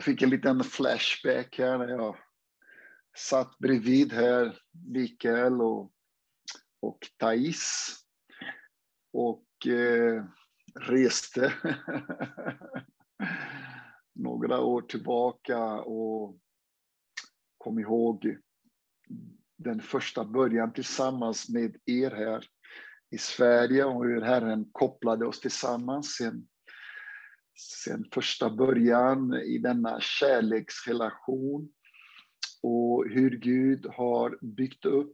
fick en liten flashback här när jag satt bredvid här Mikael och Thais och reste några år tillbaka och kom ihåg den första början tillsammans med er här i Sverige och hur Herren kopplade oss tillsammans sen första början i denna kärleksrelation och hur Gud har byggt upp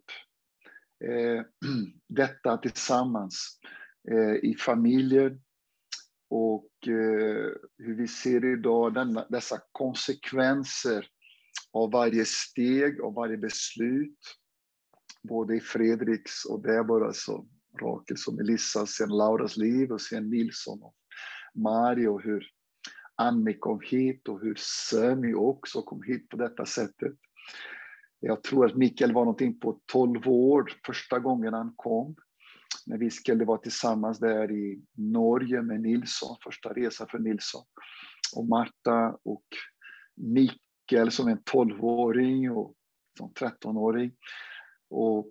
detta tillsammans i familjen och hur vi ser idag dessa konsekvenser av varje steg och varje beslut både i Fredriks och Deboras och Rakels och Melissas, sen Lauras liv och sen Nilsson och Mario och hur Annie kom hit och hur Sami också kom hit på detta sättet. Jag tror att Mikael var någonting på 12 år första gången han kom. När vi skulle vara tillsammans där i Norge med Nilsson, första resa för Nilsson. Och Marta och Mikael som en 12-åring och som 13-åring. Och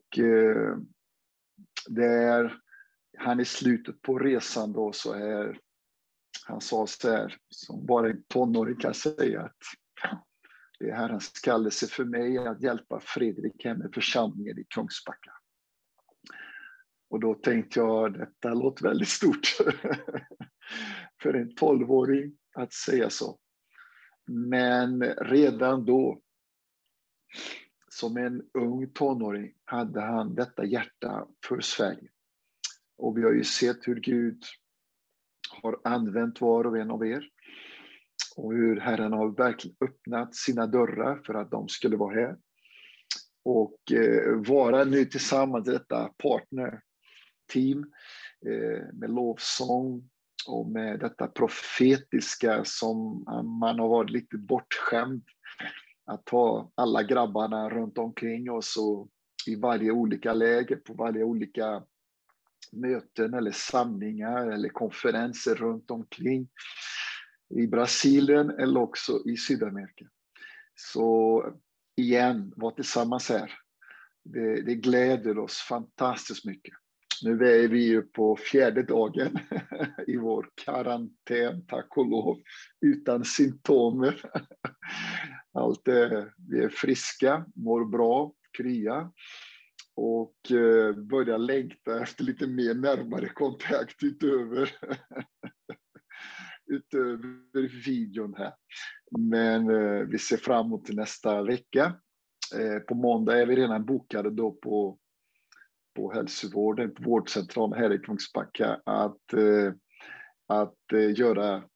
där han i slutet på resan då så här, han sa så här, som bara en tonåring kan säga att det är Herrens kallelse för mig att hjälpa Fredrik hem med församlingen i Kungsbacka. Och då tänkte jag, detta låter väldigt stort för en 12-åring att säga så. Men redan då, som en ung tonåring, hade han detta hjärta för Sverige. Och vi har ju sett hur Gud har använt var och en av er. Och hur Herren har verkligen öppnat sina dörrar för att de skulle vara här. Och vara nu tillsammans i detta partnerteam med lovsång och med detta profetiska som man har varit lite bortskämd. Att ha alla grabbarna runt omkring oss och i varje olika läger, på varje olika möten eller samlingar eller konferenser runt omkring i Brasilien eller också i Sydamerika. Så igen, var tillsammans här. Det gläder oss fantastiskt mycket. Nu är vi ju på 4:e dagen i vår karantän, tack och lov, utan symptomer. Vi är friska, mår bra, krya och börjar längta efter lite mer närmare kontakt utöver videon här. Men vi ser fram emot till nästa vecka. På måndag är vi redan bokade då på hälsovården, på vårdcentralen här i Kungsbacka att göra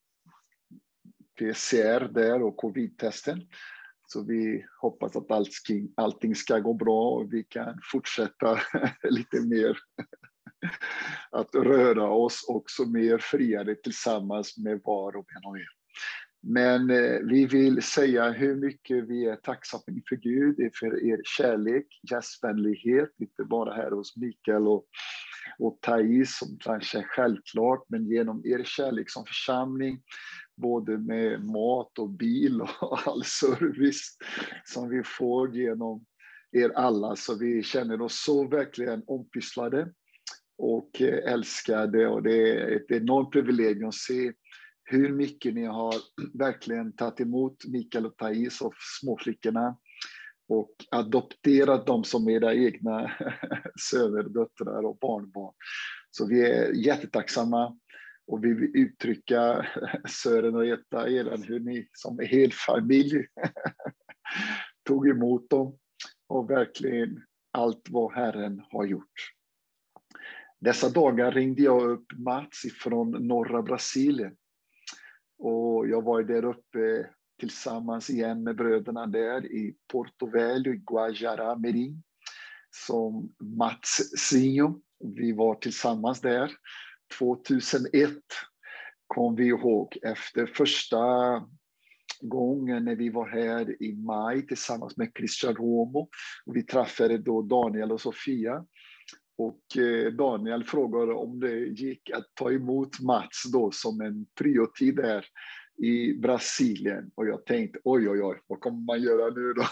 PCR där och covid-testen. Så vi hoppas att allting ska gå bra och vi kan fortsätta lite mer att röra oss också mer friare tillsammans med var och en av er. Men vi vill säga hur mycket vi är tacksamma för Gud, för er kärlek, gästvänlighet, inte bara här hos Mikael och Thais som kanske är självklart, men genom er kärlek som församling, både med mat och bil och all service som vi får genom er alla. Så vi känner oss så verkligen ompysslade och älskade och det är ett enormt privilegium att se hur mycket ni har verkligen tagit emot Mikael och Thais och småflickorna och adopterat dem som era egna söner, döttrar och barnbarn. Så vi är jättetacksamma och vi vill uttrycka Sören och Etta, hur ni som är hel familj tog emot dem och verkligen allt vad Herren har gjort. Dessa dagar ringde jag upp Mats från norra Brasilien. Och jag var där uppe tillsammans igen med bröderna där i Porto Velho, i Guajará-Mirim, som Mats Sinho. Vi var tillsammans där. 2001 kom vi ihåg efter första gången när vi var här i maj tillsammans med Christian Romo. Och vi träffade då Daniel och Sofia. Och Daniel frågade om det gick att ta emot Mats då som en priotid där i Brasilien. Och jag tänkte, oj, vad kommer man göra nu då?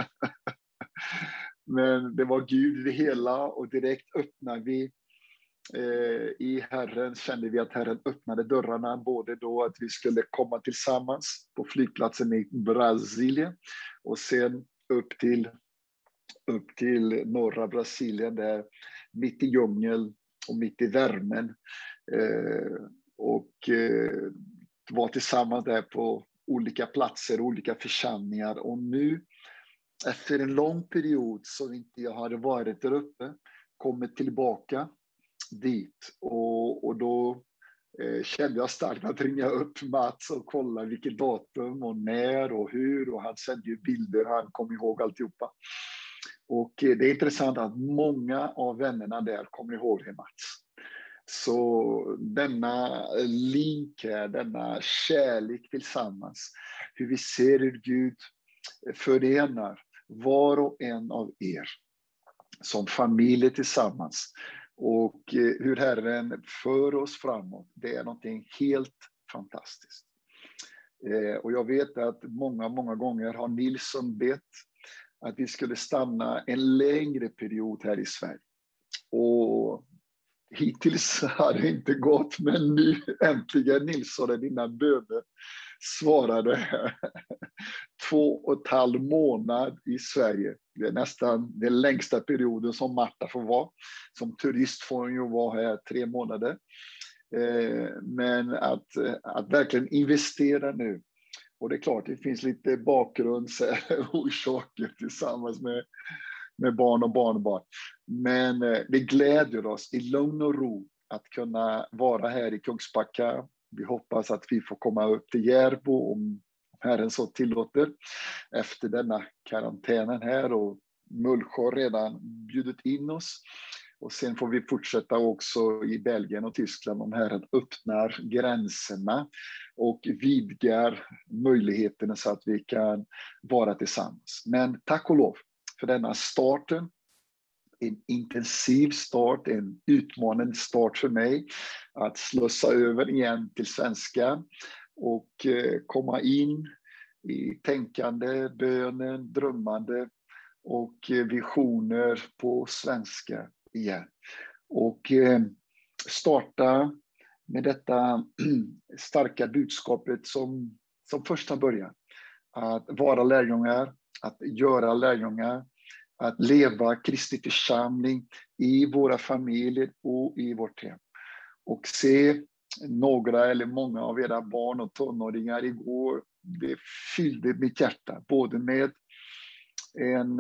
Men det var Gud i det hela, och direkt öppnade vi i Herren, kände vi att Herren öppnade dörrarna, både då att vi skulle komma tillsammans på flygplatsen i Brasilien och sen upp till norra Brasilien, där mitt i djungel och mitt i värmen, och var tillsammans där på olika platser, olika församlingar. Och nu efter en lång period som inte jag hade varit där uppe, kommit tillbaka dit, och då kände jag starkt att ringa upp Mats och kolla vilket datum och när och hur, och han sände ju bilder, han kom ihåg alltihopa. Och det är intressant att många av vännerna där kommer ihåg det, Mats. Så denna link här, denna kärlek tillsammans, hur vi ser hur Gud förenar var och en av er som familj tillsammans, och hur Herren för oss framåt, det är någonting helt fantastiskt. Och jag vet att många gånger har Nilsson bett att vi skulle stanna en längre period här i Sverige. Och hittills har det inte gått, men nu äntligen, Nilsson, dina böner svarade 2,5 månad i Sverige. Det är nästan den längsta perioden som Marta får vara. Som turist får hon ju vara här 3 månader. Men att verkligen investera nu. Och det är klart, det finns lite bakgrundsorsaker tillsammans med barn och barnbarn. Men det glädjer oss i lugn och ro att kunna vara här i Kungsbacka. Vi hoppas att vi får komma upp till Järbo om Herren så tillåter efter denna karantänen här, och Mullsjö har redan bjudit in oss. Och sen får vi fortsätta också i Belgien och Tyskland om Herren öppnar gränserna och vidgar möjligheterna så att vi kan vara tillsammans. Men tack och lov för denna starten. En intensiv start, en utmanande start för mig att slussa över igen till svenska och komma in i tänkande, bönen, drömmande och visioner på svenska igen. Och starta med detta starka budskapet som första början. Att vara lärjungar, att göra lärjungar, att leva Kristi församling i våra familjer och i vårt hem. Och se några eller många av era barn och tonåringar igår, det fyllde mitt hjärta, både med en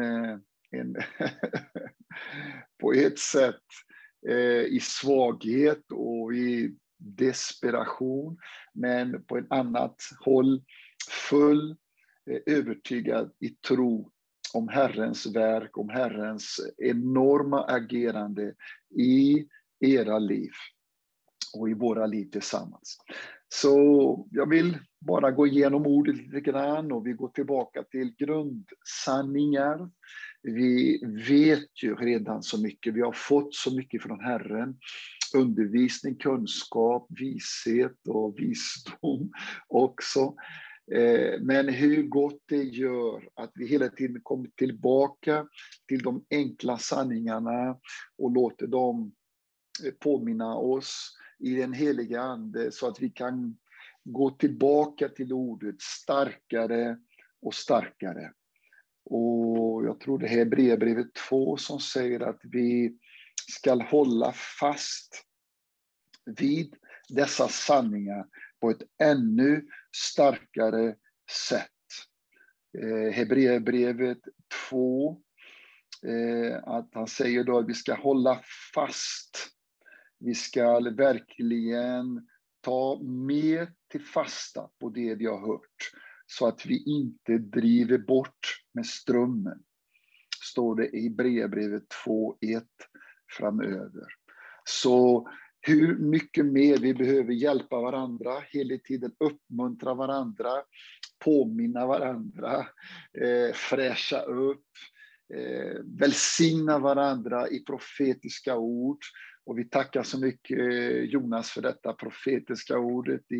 på ett sätt i svaghet och i desperation, men på ett annat håll full övertygad i tro om Herrens verk, om Herrens enorma agerande i era liv och i våra liv tillsammans. Så jag vill bara gå igenom ordet lite grann, och vi går tillbaka till grundsanningar. Vi vet ju redan så mycket, vi har fått så mycket från Herren. Undervisning, kunskap, vishet och visdom också. Men hur gott det gör att vi hela tiden kommer tillbaka till de enkla sanningarna och låter dem påminna oss i den heliga ande, så att vi kan gå tillbaka till ordet starkare och starkare. Och jag tror det här Hebreerbrevet 2 som säger att vi ska hålla fast vid dessa sanningar på ett ännu starkare sätt. Hebreerbrevet 2, att han säger då att vi ska hålla fast. Vi ska verkligen ta mer till fasta på det vi har hört, så att vi inte driver bort med strömmen. Står det i Hebreerbrevet 2:1 framöver. Så hur mycket mer vi behöver hjälpa varandra, hela tiden uppmuntra varandra, påminna varandra, fräscha upp, välsigna varandra i profetiska ord. Och vi tackar så mycket Jonas för detta profetiska ordet i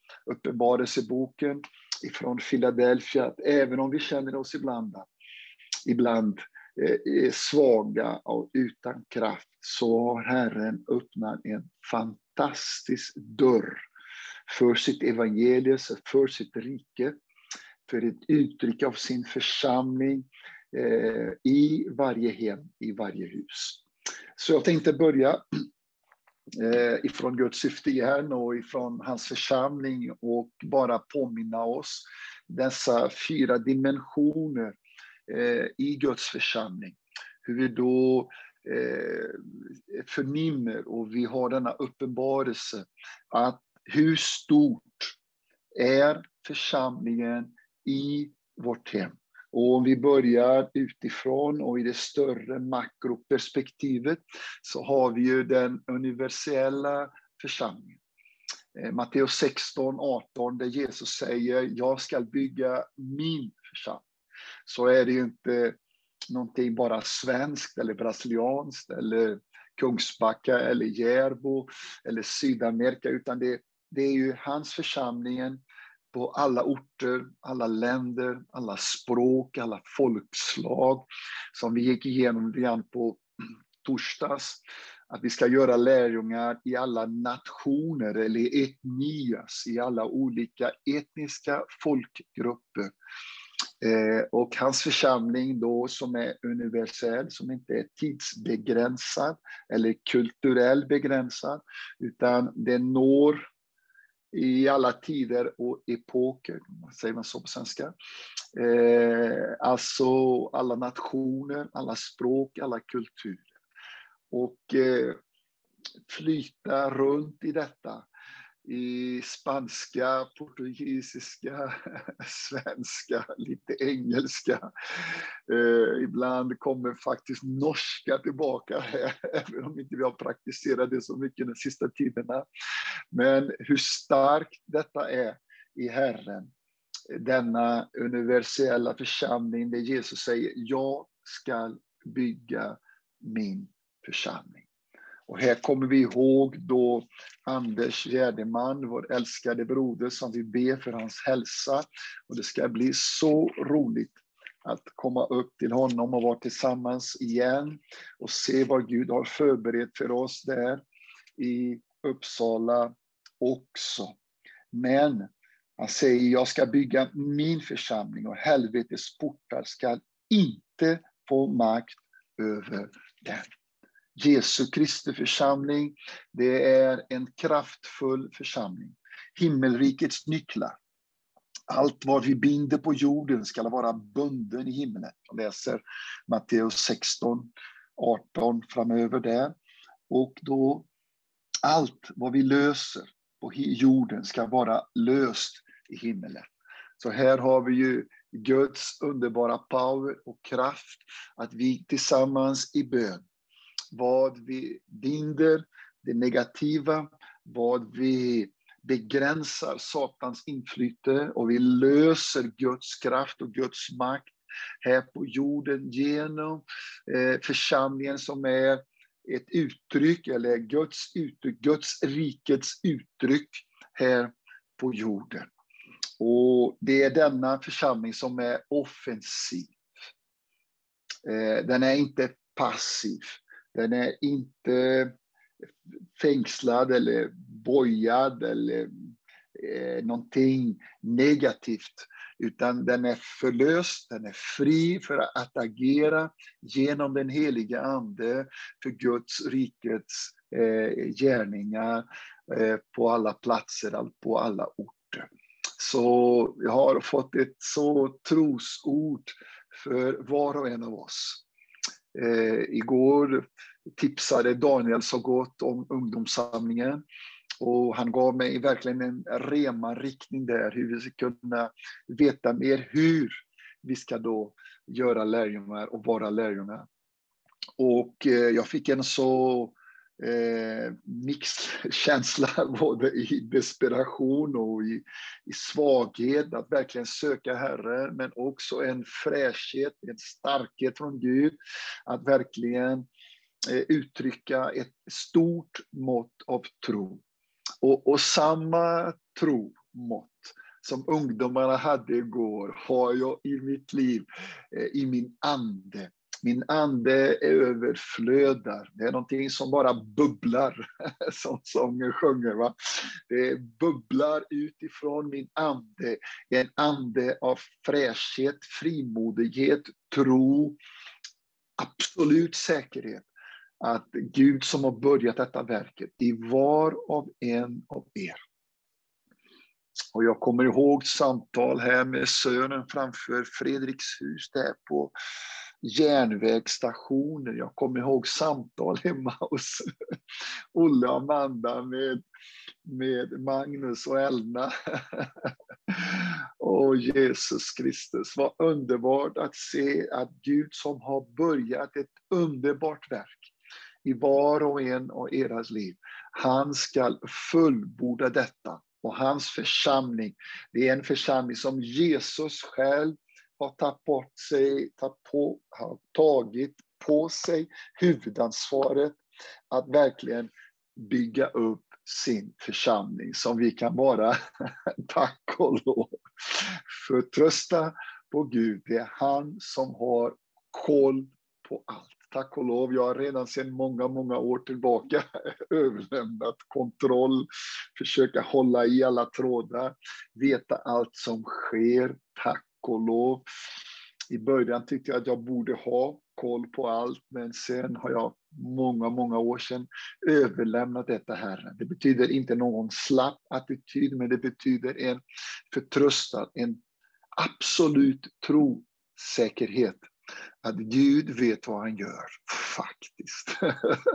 Uppenbarelseboken ifrån Philadelphia, att även om vi känner oss ibland svaga och utan kraft, så har Herren öppnat en fantastisk dörr för sitt evangelium, för sitt rike, för ett uttryck av sin församling i varje hem, i varje hus. Så jag tänkte börja ifrån Guds syfte igen och ifrån hans församling och bara påminna oss dessa 4 dimensioner i Guds församling. Hur vi då förnimmer och vi har denna uppenbarelse att hur stort är församlingen i vårt hem. Och om vi börjar utifrån och i det större makroperspektivet, så har vi ju den universella församlingen. Matteus 16:18, där Jesus säger: jag ska bygga min församling. Så är det ju inte någonting bara svenskt eller brasilianskt eller Kungsbacka eller Järbo eller Sydamerika, utan det är ju hans församlingen på alla orter, alla länder, alla språk, alla folkslag, som vi gick igenom redan på torsdags. Att vi ska göra lärjungar i alla nationer eller etnias, i alla olika etniska folkgrupper. Och hans församling då, som är universell, som inte är tidsbegränsad eller kulturell begränsad, utan det når i alla tider och epoker, säger man så på svenska. Alltså alla nationer, alla språk, alla kulturer. Och flyta runt i detta. I spanska, portugisiska, svenska, lite engelska. Ibland kommer faktiskt norska tillbaka här, även om inte vi har praktiserat det så mycket de sista tiderna. Men hur starkt detta är i Herren, denna universella församling där Jesus säger: jag ska bygga min församling. Och här kommer vi ihåg då Anders Gärdeman, vår älskade broder, som vi ber för hans hälsa. Och det ska bli så roligt att komma upp till honom och vara tillsammans igen och se vad Gud har förberett för oss där i Uppsala också. Men han säger: jag ska bygga min församling och helvetets portar ska inte få makt över den. Jesu Kristi församling, det är en kraftfull församling. Himmelrikets nycklar. Allt vad vi binder på jorden ska vara bunden i himlen. Jag läser Matteus 16:18 framöver där. Och då allt vad vi löser på jorden ska vara löst i himlen. Så här har vi ju Guds underbara power och kraft, att vi tillsammans i bön, vad vi binder, det negativa, vad vi begränsar Satans inflytande och vi löser Guds kraft och Guds makt här på jorden genom församlingen som är ett uttryck, eller Guds uttryck, Guds rikets uttryck här på jorden. Och det är denna församling som är offensiv. Den är inte passiv. Den är inte fängslad eller bojad eller någonting negativt. Utan den är förlöst, den är fri för att agera genom den heliga ande för Guds rikets gärningar på alla platser, på alla orter. Så jag har fått ett så trosord för var och en av oss. Igår tipsade Daniel så gott om ungdomssamlingen. Och han gav mig verkligen en rema-riktning där, hur vi ska kunna veta mer hur vi ska då göra lärjungar och vara lärjungar. Och jag fick en så mixkänsla både i desperation och i svaghet att verkligen söka Herren, men också en fräschhet, en starkhet från Gud att verkligen uttrycka ett stort mått av tro. Och samma tro mått som ungdomarna hade igår har jag i mitt liv, i min ande. Min ande överflödar. Det är någonting som bara bubblar, som sången sjunger. Va? Det bubblar utifrån min ande. En ande av fräschhet, frimodighet, tro, absolut säkerhet. Att Gud som har börjat detta verket i var av en av er. Och jag kommer ihåg samtal här med sönen framför Fredrikshus där på järnvägsstationer. Jag kommer ihåg samtal hemma hos Olle och Amanda med Magnus och Elna. Åh Jesus Kristus, vad underbart att se att Gud som har börjat ett underbart verk i var och en av eras liv, han ska fullborda detta. Och hans församling, det är en församling som Jesus själv har tagit på sig huvudansvaret att verkligen bygga upp sin församling, som vi kan bara tack och lov förtrösta på Gud. Det är han som har koll på allt. Tack och lov, jag har redan sedan många år tillbaka överlämnat kontroll, försöka hålla i alla trådar, veta allt som sker. Tack och lov. I början tyckte jag att jag borde ha koll på allt, men sen har jag många år sedan överlämnat detta Herren. Det betyder inte någon slapp attityd, men det betyder en förtröstan, en absolut trosäkerhet. Att Gud vet vad han gör, faktiskt.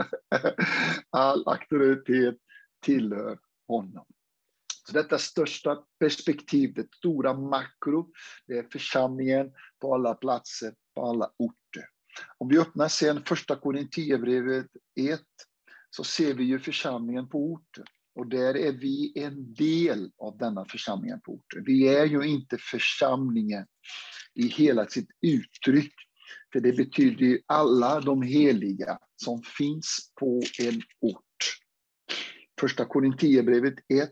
All auktoritet tillhör honom. Så detta största perspektiv, det stora makro, det är församlingen på alla platser, på alla orter. Om vi öppnar sen första Korintierbrevet 1 så ser vi ju församlingen på orten. Och där är vi en del av denna församlingen på orten. Vi är ju inte församlingen i hela sitt uttryck. För det betyder ju alla de heliga som finns på en ort. Första Korintierbrevet 1,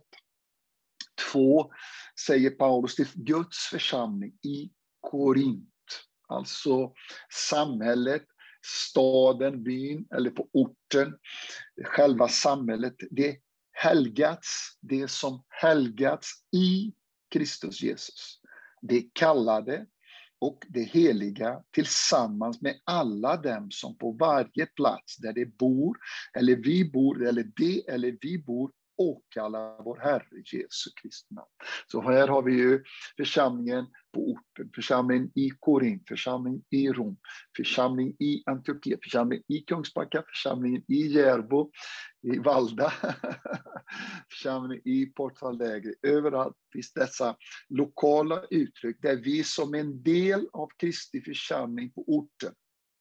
2 säger Paulus till Guds församling i Korint. Alltså samhället, staden, byn eller på orten. Själva samhället, det helgats, det som helgats i Kristus Jesus. Det kallade och det heliga tillsammans med alla dem som på varje plats där det bor, eller vi bor, eller det eller vi bor, åkallar vår Herre Jesu Kristi namn. Så här har vi ju församlingen på orten, församlingen i Korint, församlingen i Rom, församlingen i Antiochia, församlingen i Kungsbacka, församlingen i Järbo, i Valda, församlingen i Portaläge. Överallt finns dessa lokala uttryck där vi som en del av Kristi församling på orten,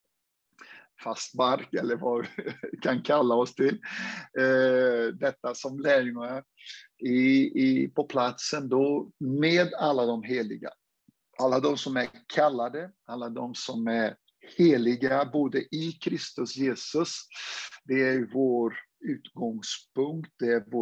fast mark eller vad vi kan kalla oss till, detta som lärjungar på platsen då med alla de heliga. Alla de som är kallade, alla de som är heliga både i Kristus Jesus. Det är vår utgångspunkt, det är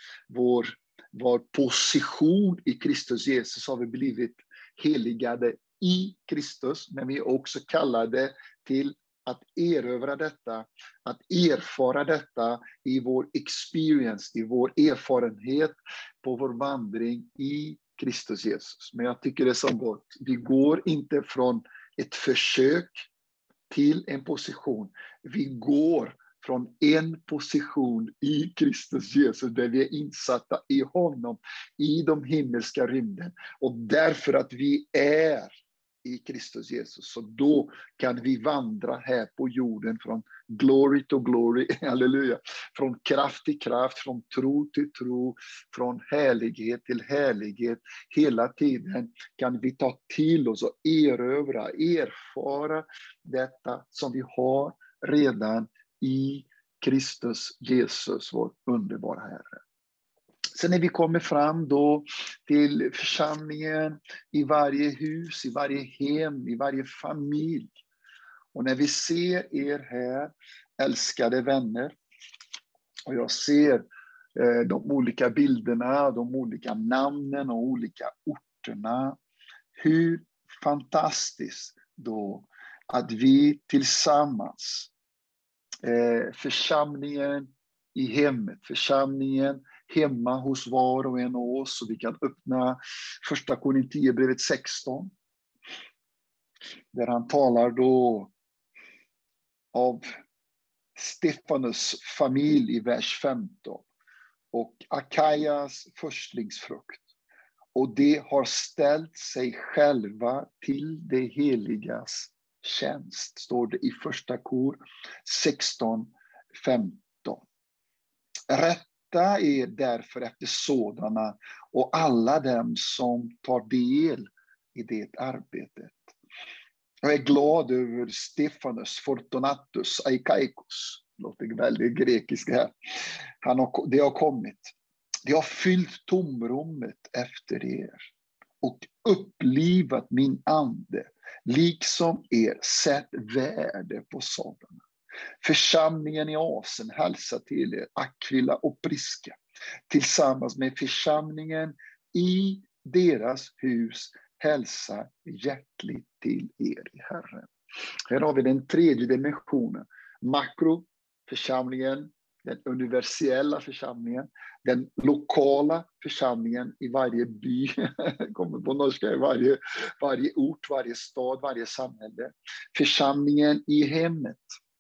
vår position i Kristus Jesus, har vi blivit heligade i Kristus, men vi är också kallade till att erövra detta, att erfara detta i vår experience, i vår erfarenhet på vår vandring i Kristus Jesus. Men jag tycker det är så gott. Vi går inte från ett försök till en position. Vi går från en position i Kristus Jesus där vi är insatta i honom, i de himmelska rymden. Och därför att vi är i Kristus Jesus, så då kan vi vandra här på jorden från glory to glory, halleluja, från kraft till kraft, från tro till tro, från härlighet till härlighet. Hela tiden kan vi ta till oss och erfara detta som vi har redan i Kristus Jesus, vår underbara Herre. Sen när vi kommer fram då till församlingen i varje hus, i varje hem, i varje familj. Och när vi ser er här, älskade vänner, och jag ser de olika bilderna, de olika namnen och olika orterna. Hur fantastiskt då att vi tillsammans, församlingen i hemmet, församlingen hemma hos var och en av oss, och vi kan öppna första Korinthierbrevet 16, där han talar då av Stefanus familj i vers 15 och Akajas förstlingsfrukt. Och de har ställt sig själva till det heligas tjänst, står det i första kor 16:15. Rätta är därför efter sådana och alla dem som tar del i det arbetet. Jag är glad över Stefanus Fortunatus Aikaikos. Det låter väldigt grekiskt här. Det har kommit. Det har fyllt tomrummet efter er och upplivat min ande, liksom er sett värde på sådana. Församlingen i Asen hälsar till er, Aquila och Prisca, tillsammans med församlingen i deras hus hälsar hjärtligt till er i Herren. Här har vi den tredje dimensionen. Makro, församlingen, den universella församlingen, den lokala församlingen i varje by, kommer på norska, i varje ort, varje stad, varje samhälle. Församlingen i hemmet,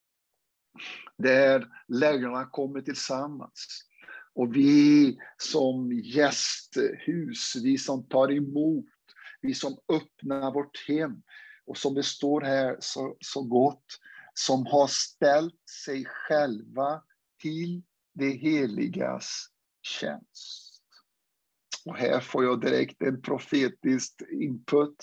där läglarna kommer tillsammans. Och vi som gästhus, vi som tar emot, vi som öppnar vårt hem. Och som det står här så gott, som har ställt sig själva till det heligas tjänst. Och här får jag direkt en profetisk input.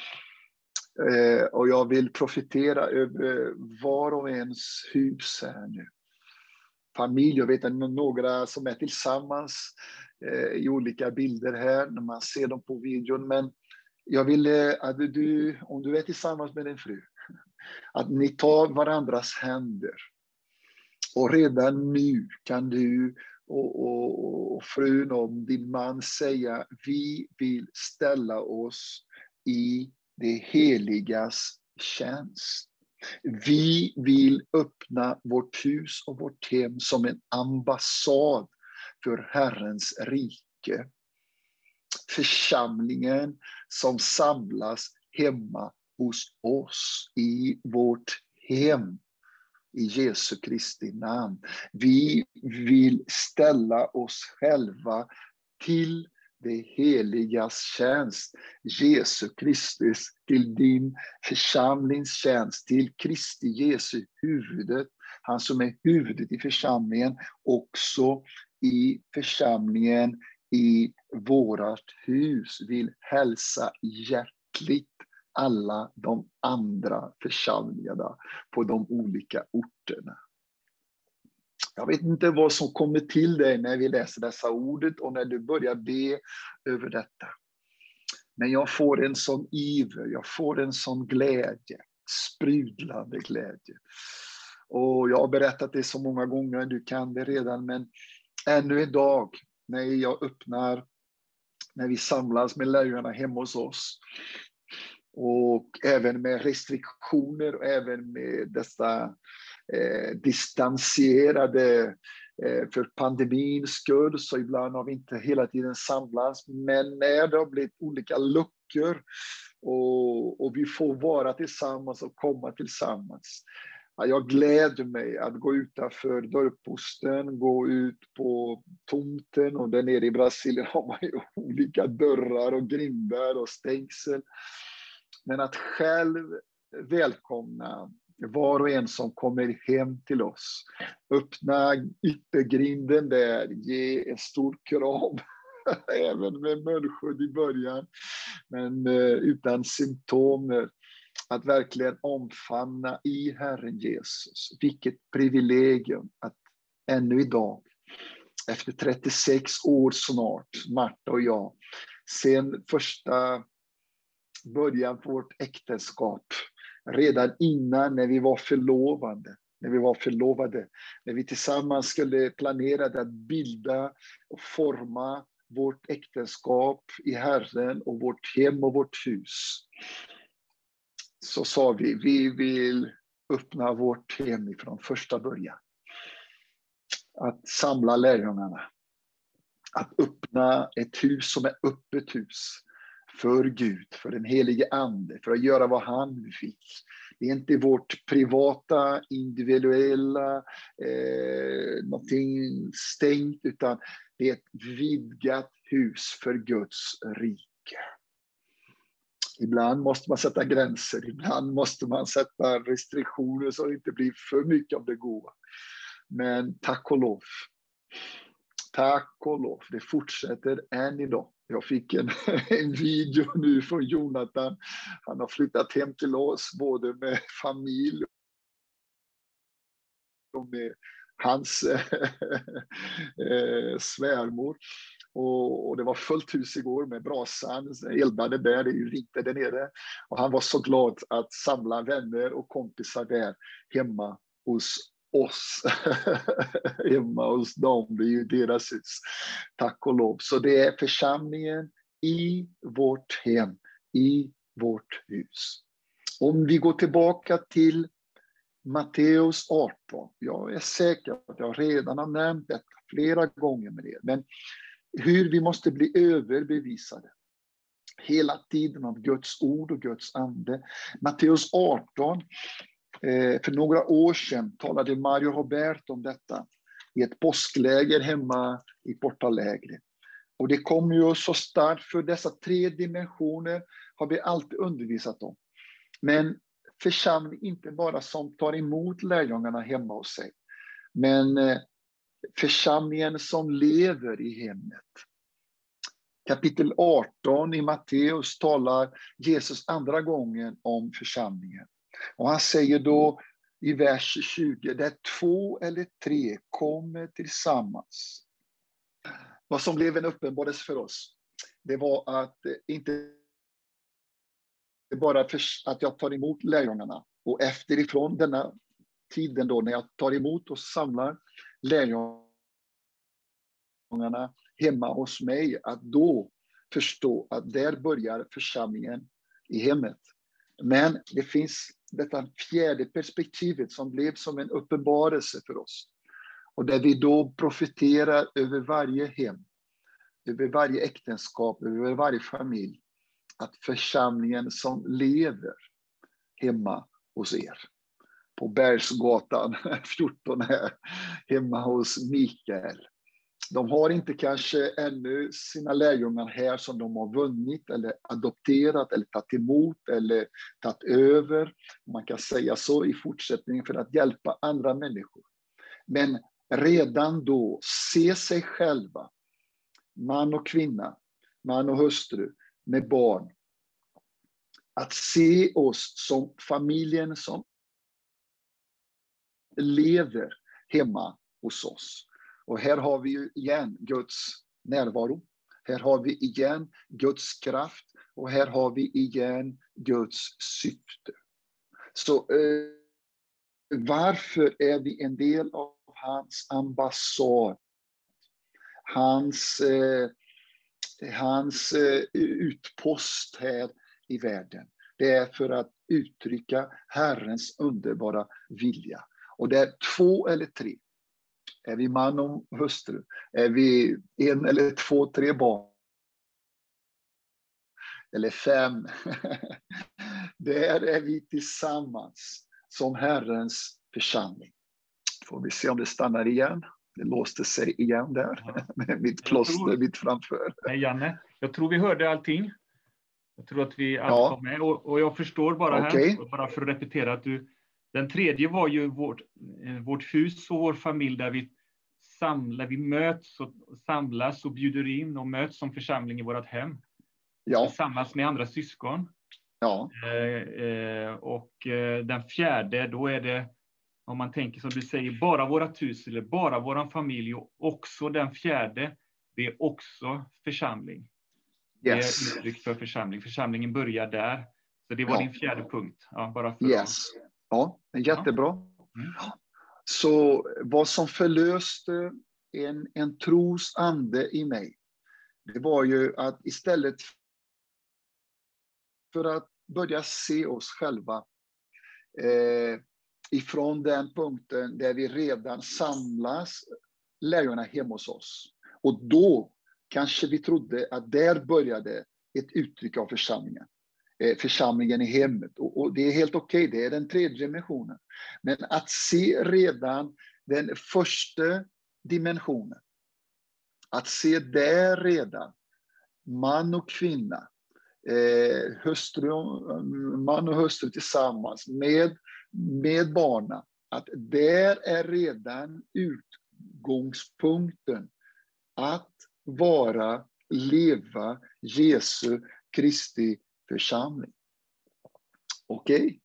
Och jag vill profetera över var och ens hus här nu. Familj, jag vet att några som är tillsammans i olika bilder här när man ser dem på videon. Men jag vill att du, om du är tillsammans med din fru, att ni tar varandras händer. Och redan nu kan du och frun och din man säga: vi vill ställa oss i det heligas tjänst. Vi vill öppna vårt hus och vårt hem som en ambassad för Herrens rike. Församlingen som samlas hemma hos oss i vårt hem. I Jesu Kristi namn. Vi vill ställa oss själva till det heligas tjänst. Jesu Kristus till din församlingstjänst. Till Kristi Jesu huvudet. Han som är huvudet i församlingen. Också i församlingen i vårat hus. Vill hälsa hjärtligt alla de andra församlingarna på de olika orterna. Jag vet inte vad som kommer till dig när vi läser dessa ordet och när du börjar be över detta. Men jag får en sån iver, jag får en sån glädje, sprudlande glädje. Och jag har berättat det så många gånger, du kan det redan, men ännu en dag när jag öppnar, när vi samlas med lärjungarna hemma hos oss. Och även med restriktioner och även med dessa distanserade för pandemins skull, så ibland har vi inte hela tiden samlats. Men när det har blivit olika luckor och vi får vara tillsammans och komma tillsammans. Jag gläder mig att gå utanför dörrposten, gå ut på tomten, och där nere i Brasilien har man ju olika dörrar och grindar och stängsel. Men att själv välkomna var och en som kommer hem till oss. Öppna yttergrinden där, ge en stor kram. Även med människor i början, men utan symptomer. Att verkligen omfamna i Herren Jesus. Vilket privilegium att ännu idag, efter 36 år snart, Marta och jag, sen första början på vårt äktenskap, redan innan när vi var förlovande, när vi var förlovade, när vi tillsammans skulle planera att bilda och forma vårt äktenskap i Herren och vårt hem och vårt hus. Så sa vi vill öppna vårt hem ifrån första början. Att samla lärjungarna. Att öppna ett hus som är öppet hus för Gud, för den helige ande, för att göra vad han vill. Det är inte vårt privata, individuella, någonting stängt, utan det är ett vidgat hus för Guds rike. Ibland måste man sätta gränser, ibland måste man sätta restriktioner så det inte blir för mycket av det goda. Men tack och lov. Tack och lov, det fortsätter än idag. Jag fick en video nu från Jonathan. Han har flyttat hem till oss, både med familj och med hans svärmor. Och det var fullt hus igår med brasan, eldade där, det är ju riktigt där nere. Och han var så glad att samla vänner och kompisar där hemma hos oss. Hemma hos dem, det är ju deras hus. Tack och lov. Så det är församlingen i vårt hem, i vårt hus. Om vi går tillbaka till Matteus 18. Jag är säker på att jag redan har nämnt detta flera gånger med er. Men hur vi måste bli överbevisade hela tiden av Guds ord och Guds ande. Matteus 18. För några år sedan talade Mario Robert om detta i ett påskläger hemma i Portalegre. Och det kom ju så starkt, för dessa 3 dimensioner har vi alltid undervisat om. Men församling inte bara som tar emot lärjungarna hemma hos sig, men församlingen som lever i hemmet. Kapitel 18 i Matteus talar Jesus andra gången om församlingen. Och han säger då i vers 20, där 2 eller 3 kommer tillsammans. Vad som blev en uppenbarelse för oss, det var att inte bara att jag tar emot lärjungarna, och efterifrån denna tiden då när jag tar emot och samlar lärjungarna hemma hos mig, att då förstå att där börjar församlingen i hemmet. Men det finns detta fjärde perspektivet som blev som en uppenbarelse för oss. Och där vi då profeterar över varje hem, över varje äktenskap, över varje familj. Att församlingen som lever hemma hos er. På Bergsgatan 14 här, hemma hos Mikael. De har inte kanske ännu sina lärjungar här som de har vunnit eller adopterat eller tagit emot eller tagit över. Man kan säga så i fortsättningen för att hjälpa andra människor. Men redan då se sig själva, man och kvinna, man och hustru med barn. Att se oss som familjen som lever hemma hos oss. Och här har vi ju igen Guds närvaro. Här har vi igen Guds kraft. Och här har vi igen Guds syfte. Så varför är vi en del av hans ambassad? Hans utpost här i världen. Det är för att uttrycka Herrens underbara vilja. Och det är 2 eller 3. Är vi man och hustru? Är vi 1 eller 2, 3 barn? Eller 5? Där är vi tillsammans som Herrens församling. Får vi se om det stannar igen. Det låste sig igen där. Ja. Med mitt plåster mitt framför. Nej, Janne. Jag tror vi hörde allting. Jag tror att vi alla kom med. Och jag förstår bara här, bara för att repetera, att den tredje var ju vårt hus och vår familj där vi möts och samlas och bjuder in och möts som församling i vårt hem. Ja. Tillsammans med andra syskon. Ja. Och den fjärde, då är det, om man tänker som du säger, bara vårt hus eller bara vår familj, och också den fjärde, det är också församling. Det är uttryck för församling. Församlingen börjar där. Så det var din fjärde punkt. Ja, bara för Ja, jättebra. Så vad som förlöste en tros ande i mig, det var ju att istället för att börja se oss själva ifrån den punkten där vi redan samlas lärjungarna hemma hos oss. Och då kanske vi trodde att där började ett uttryck av församlingen. Församlingen i hemmet. Och det är helt okej, det är den tredje dimensionen. Men att se redan den första dimensionen, att se där redan man och kvinna, man och hustru tillsammans med barnen, att där är redan utgångspunkten att leva Jesu Kristi församling. Okej?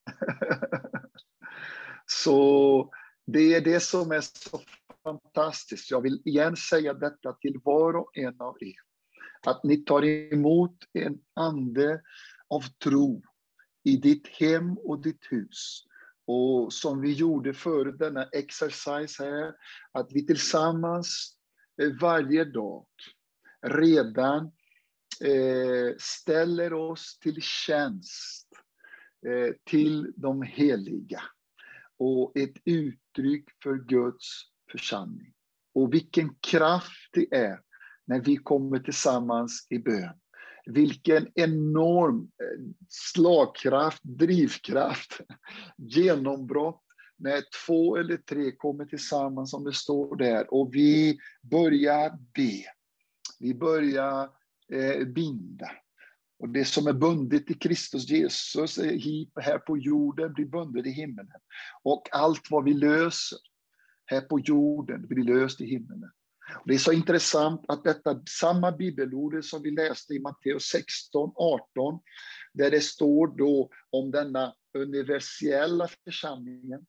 Så det är det som är så fantastiskt. Jag vill igen säga detta till var och en av er. Att ni tar emot en ande av tro i ditt hem och ditt hus. Och som vi gjorde för denna exercise här, att vi tillsammans varje dag redan ställer oss till tjänst till de heliga. Och ett uttryck för Guds församling. Och vilken kraft det är när vi kommer tillsammans i bön. Vilken enorm slagkraft, drivkraft, genombrott när 2 eller 3 kommer tillsammans som det står där. Och vi börjar be. Vi börjar binda. Och det som är bundet i Kristus Jesus här på jorden blir bundet i himmelen. Och allt vad vi löser här på jorden blir löst i himmelen. Och det är så intressant att detta samma bibelord som vi läste i Matteus 16:18, där det står då om denna universella församlingen,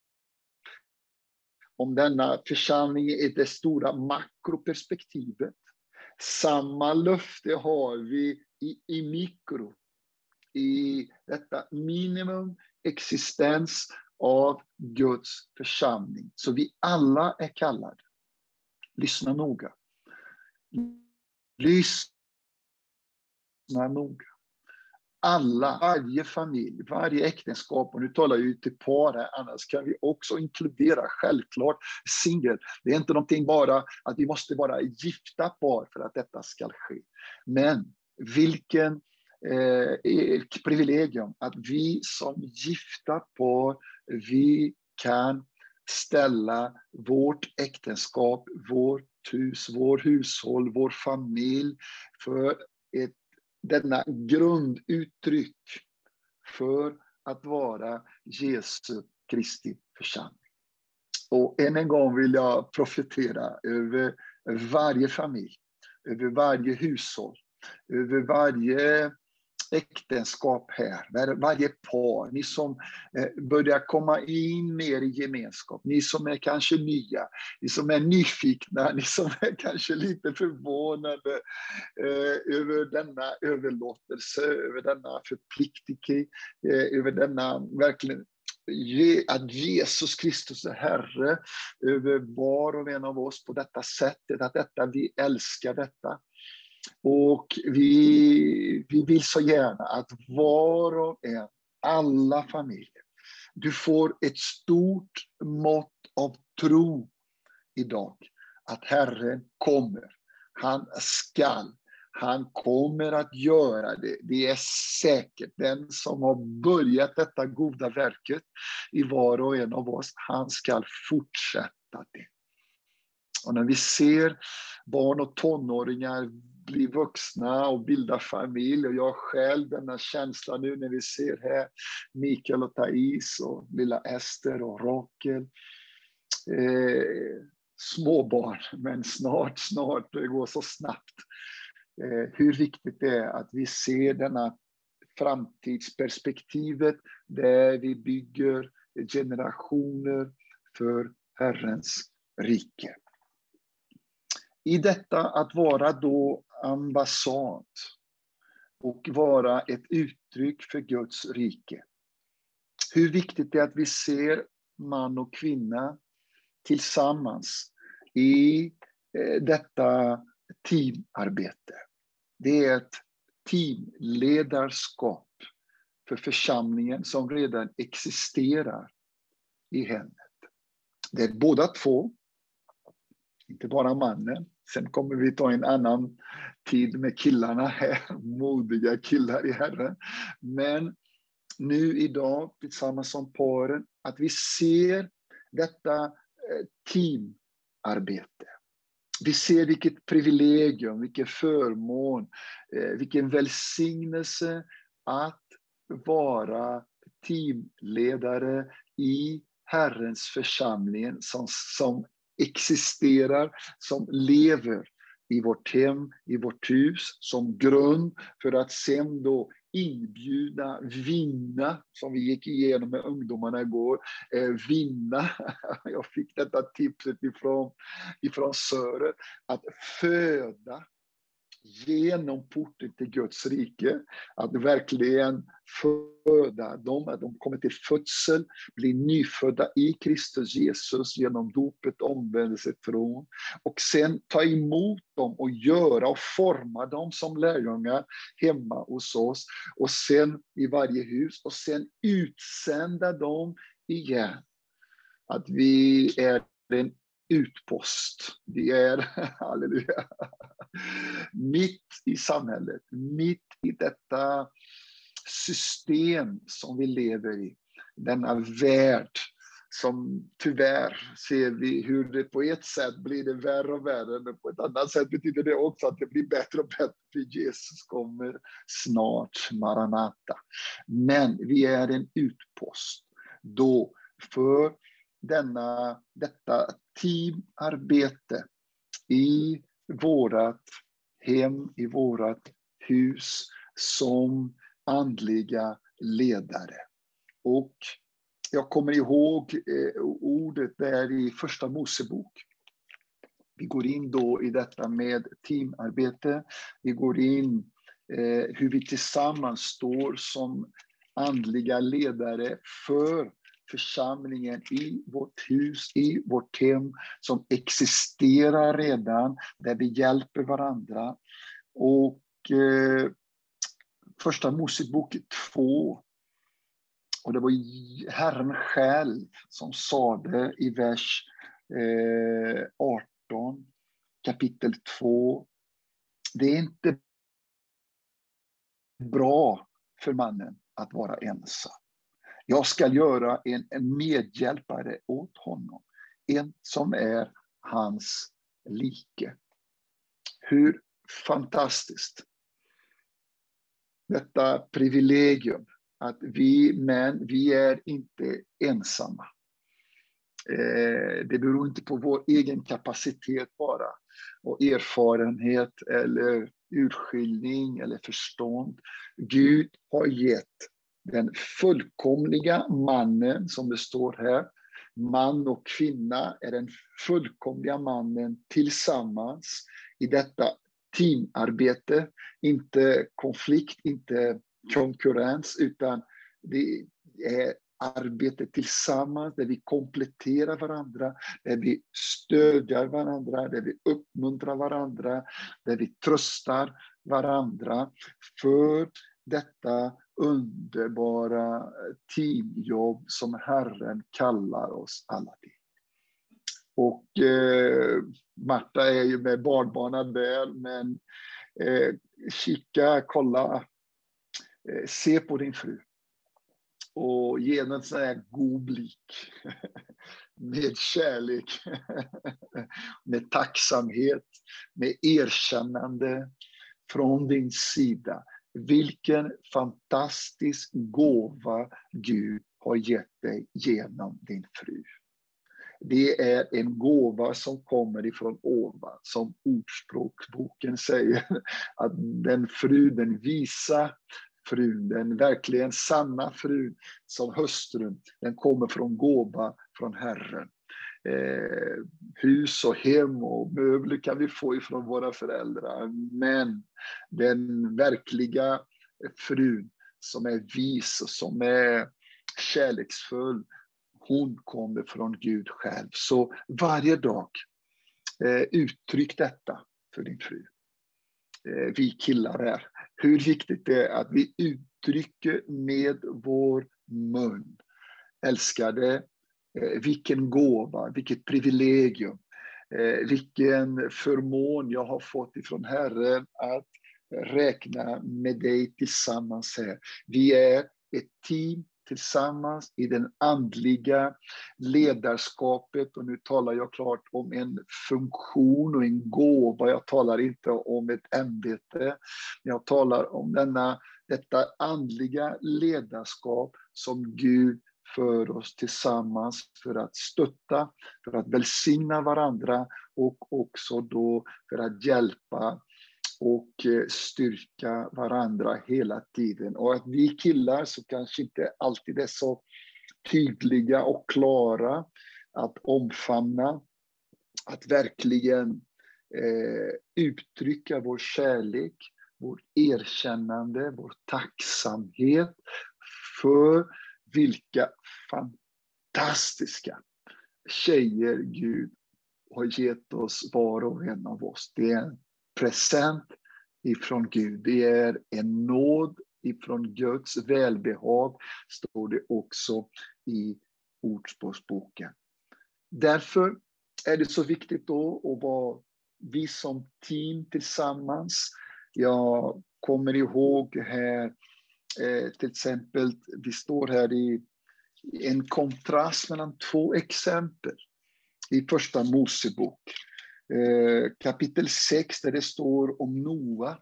om denna församling i det stora makroperspektivet. Samma löfte har vi i mikro, i detta minimum existens av Guds församling. Så vi alla är kallade. Lyssna noga. Lyssna noga. Alla, varje familj, varje äktenskap, och nu talar jag ju till par här, annars kan vi också inkludera självklart singel. Det är inte någonting bara att vi måste vara gifta par för att detta ska ske. Men vilken privilegium att vi som gifta par, vi kan ställa vårt äktenskap, vårt hus, vår hushåll, vår familj för denna grunduttryck för att vara Jesu Kristi församling. Och än en gång vill jag profetera över varje familj, över varje hushåll, över varje äktenskap här, varje par, ni som börjar komma in mer i gemenskap, ni som är kanske nya, ni som är nyfikna, ni som är kanske lite förvånade över denna överlåtelse, över denna förpliktelse, över denna verkligen att Jesus Kristus är Herre över var och en av oss på detta sättet, att detta vi älskar detta. Och vi vill så gärna att var och en, alla familjer, du får ett stort mått av tro idag. Att Herren kommer, han kommer att göra det. Det är säkert. Den som har börjat detta goda verket i var och en av oss, han ska fortsätta det. Och när vi ser barn och tonåringar bli vuxna och bilda familj, och jag själv denna känsla nu när vi ser här Mikael och Thais och lilla Ester och Rakel, småbarn, men snart, det går så snabbt. Hur viktigt det är att vi ser denna framtidsperspektivet där vi bygger generationer för Herrens rike. I detta att vara då ambassad och vara ett uttryck för Guds rike. Hur viktigt det är att vi ser man och kvinna tillsammans i detta teamarbete. Det är ett teamledarskap för församlingen som redan existerar i hemmet. Det är båda två, inte bara mannen. Sen kommer vi ta en annan tid med killarna här, modiga killar i Herren. Men nu idag tillsammans som paren, att vi ser detta teamarbete. Vi ser vilket privilegium, vilken förmån, vilken välsignelse att vara teamledare i Herrens församling som existerar, som lever i vårt hem, i vårt hus, som grund för att sen då inbjuda, vinna, som vi gick igenom med ungdomarna igår, vinna. Jag fick detta tipset ifrån Sören, att föda genom porten till Guds rike, att verkligen föda dem, att de kommer till födsel, blir nyfödda i Kristus Jesus genom dopet, omvändelse, tron, och sen ta emot dem och göra och forma dem som lärjungar hemma hos oss, och sen i varje hus, och sen utsända dem igen. Att vi är en utpost. Vi är, halleluja, mitt i samhället, mitt i detta system som vi lever i. Denna värld som tyvärr ser vi hur det på ett sätt blir det värre och värre, men på ett annat sätt betyder det också att det blir bättre och bättre, för Jesus kommer snart, Maranata. Men vi är en utpost då för detta teamarbete i vårat hem, i vårat hus som andliga ledare. Och jag kommer ihåg ordet där i Första Mosebok. Vi går in då i detta med teamarbete. Vi går in hur vi tillsammans står som andliga ledare för församlingen i vårt hus, i vårt hem, som existerar redan, där vi hjälper varandra. Och Första Mosebok 2, och det var Herren själv som sa det i vers 18, kapitel 2. Det är inte bra för mannen att vara ensam. Jag ska göra en medhjälpare åt honom, en som är hans like. Hur fantastiskt detta privilegium, att vi är inte ensamma. Det beror inte på vår egen kapacitet bara, och erfarenhet eller urskiljning eller förstånd. Gud har gett den fullkomliga mannen, som det står här. Man och kvinna är den fullkomliga mannen tillsammans i detta teamarbete. Inte konflikt, inte konkurrens, utan det är arbete tillsammans där vi kompletterar varandra, där vi stödjer varandra, där vi uppmuntrar varandra, där vi tröstar varandra för detta underbara teamjobb som Herren kallar oss alla till. Och Marta är ju med barnbarnen där, men kika, kolla, se på din fru och ge en sån här god blick med kärlek, med tacksamhet, med erkännande från din sida. Vilken fantastisk gåva Gud har gett dig genom din fru. Det är en gåva som kommer ifrån ovan, som Ordspråksboken säger, att den frun, den visa frun, den verkligen sanna frun som hustrun, den kommer från gåva från Herren. Hus och hem och möbler kan vi få ifrån våra föräldrar, men den verkliga frun som är vis och som är kärleksfull, hon kommer från Gud själv. Så varje dag uttryck detta för din fru. Vi killar här. Hur viktigt det är att vi uttrycker med vår mun. Älskade, vilken gåva, vilket privilegium, vilken förmån jag har fått ifrån Herren att räkna med dig tillsammans här. Vi är ett team tillsammans i den andliga ledarskapet, och nu talar jag klart om en funktion och en gåva. Jag talar inte om ett ämbete. Jag talar om detta andliga ledarskap som Gud för oss tillsammans för att stötta, för att välsigna varandra och också då för att hjälpa och styrka varandra hela tiden. Och att vi killar så kanske inte alltid är så tydliga och klara att omfamna, att verkligen uttrycka vår kärlek, vår erkännande, vår tacksamhet för vilka fantastiska tjejer Gud har gett oss, var och en av oss. Det är en present ifrån Gud. Det är en nåd ifrån Guds välbehag, står det också i Ordspråksboken. Därför är det så viktigt då att vara vi som team tillsammans. Jag kommer ihåg här, till exempel, vi står här i en kontrast mellan två exempel i första Mosebok. Kapitel 6 där det står om Noa.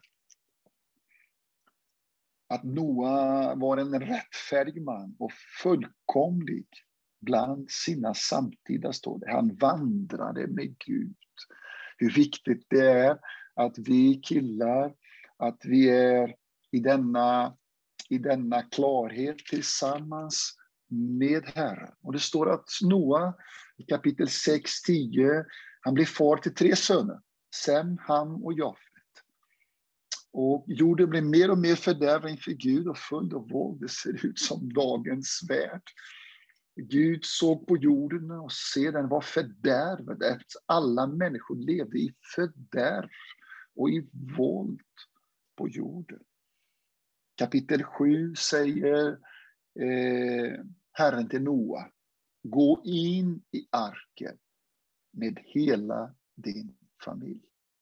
Att Noa var en rättfärdig man och fullkomlig bland sina samtida, står det. Han vandrade med Gud. Hur viktigt det är att vi killar, att vi är i denna klarhet tillsammans med Herren. Och det står att Noa i kapitel 6:10, han blev far till 3 söner, Sem, Ham och Jafet. Och jorden blev mer och mer fördärvad inför Gud och full av våld. Det ser ut som dagens värld. Gud såg på jorden och se den var fördärvad. Alla människor levde i fördärv och i våld på jorden. Kapitel 7 säger Herren till Noa: gå in i arken med hela din familj.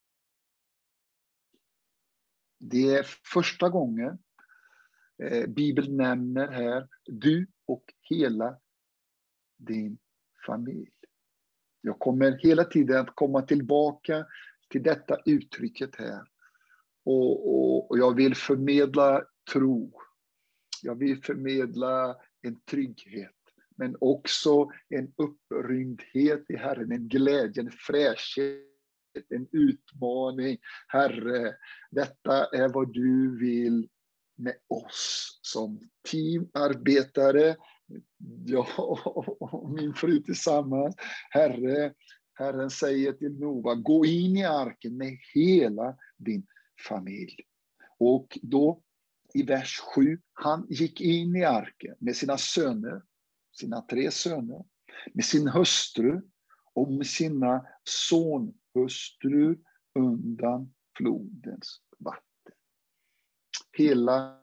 Det är första gången Bibeln nämner här du och hela din familj. Jag kommer hela tiden att komma tillbaka till detta uttrycket här. Och jag vill förmedla tro. Jag vill förmedla en trygghet. Men också en upprymdhet i Herren. En glädje, en fräschhet, en utmaning. Herre, detta är vad du vill med oss som teamarbetare. Jag och min fru tillsammans. Herren säger till Noa: gå in i arken med hela din familj. Och då i vers 7, han gick in i arken med sina söner, sina 3 söner, med sin hustru och med sina sonhustrur undan flodens vatten. Hela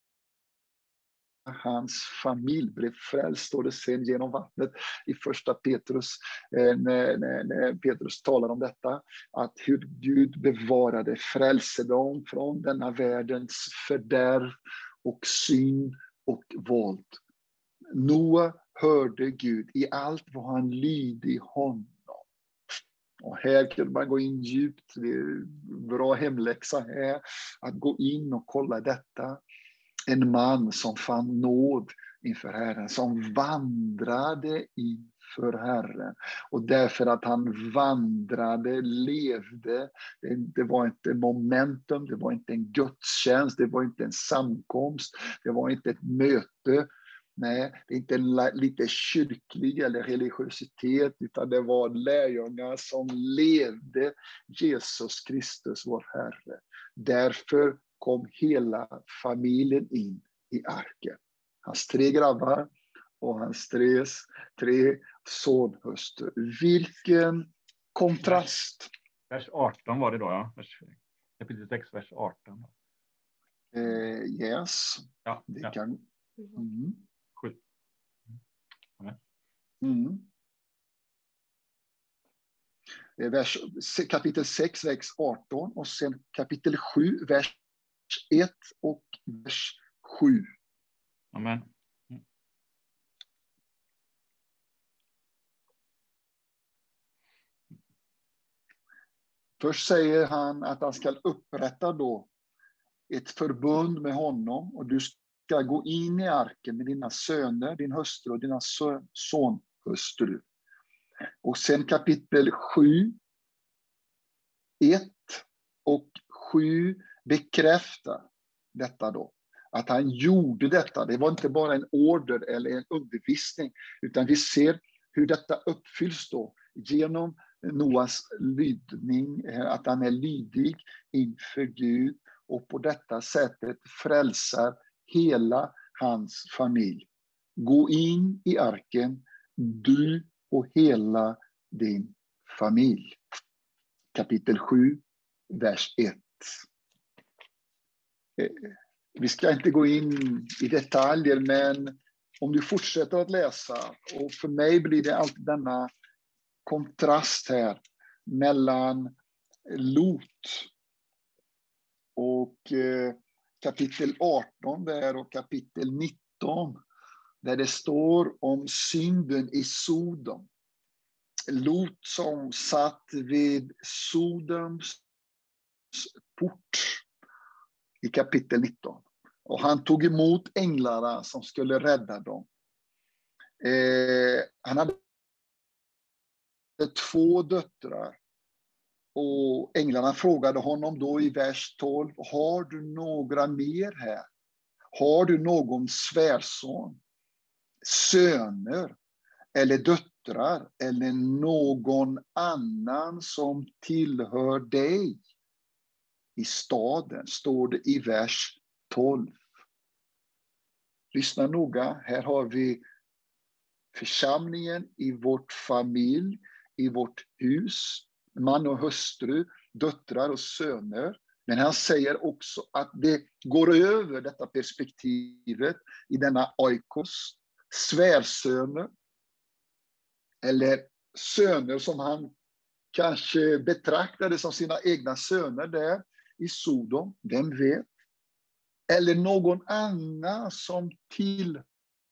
hans familj blev frälst, står det sen, genom vattnet i första Petrus, när Petrus talar om detta, att hur Gud bevarade, frälste dem från denna världens fördärv och synd och våld. Noa hörde Gud i allt vad han lydde honom. Och här kan man gå in djupt, det är bra hemläxa här, att gå in och kolla detta. En man som fann nåd inför Herren, som vandrade inför Herren. Och därför att han vandrade, levde, det var inte momentum, det var inte en gudstjänst, det var inte en samkomst, det var inte ett möte. Nej, det är inte lite kyrklig eller religiositet, utan det var lärjungar som levde Jesus Kristus, vår Herre. Därför kom hela familjen in i arken. Hans 3 grabbar och hans tre sonhustrur. Vilken kontrast. Vers 18 var det då, ja. Kapitel 6, vers 18. Yes. Ja, det ja. kan... 7. Kapitel 6, vers 18 och sen kapitel 7, vers 1 och vers 7. Amen. Först säger han att han ska upprätta då ett förbund med honom, och du ska gå in i arken med dina söner, din hustru och dina sonhustru. Och sen kapitel 7, 1 och 7 bekräftar detta då. Att han gjorde detta. Det var inte bara en order eller en undervisning, utan vi ser hur detta uppfylls då genom Noas lydning, att han är lydig inför Gud och på detta sättet frälsar hela hans familj. Gå in i arken, du och hela din familj. Kapitel 7, vers 1. Vi ska inte gå in i detaljer, men om du fortsätter att läsa, och för mig blir det alltid denna kontrast här mellan Lot och kapitel 18 där och kapitel 19, där det står om synden i Sodom. Lot som satt vid Sodoms port i kapitel 19. Och han tog emot änglarna som skulle rädda dem. Han hade 2 döttrar. Och änglarna frågade honom då i vers 12. Har du några mer här? Har du någon svärson? Söner? Eller döttrar? Eller någon annan som tillhör dig? I staden står det i vers 12. Lyssna noga. Här har vi församlingen i vårt familj, i vårt hus, man och hustru, döttrar och söner. Men han säger också att det går över detta perspektivet i denna oikos, svärsöner, eller söner som han kanske betraktade som sina egna söner där i Sodom, vem vet? Eller någon annan som tillhör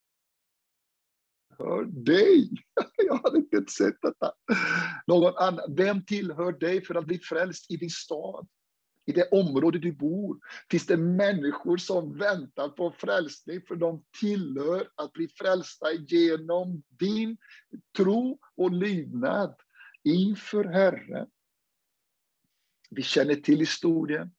dig. Jag hade inte sett detta. Någon annan. Vem tillhör dig för att bli frälst i din stad? I det område du bor finns det människor som väntar på frälsning, för de tillhör att bli frälsta genom din tro och lydnad inför Herren. Vi känner till historien.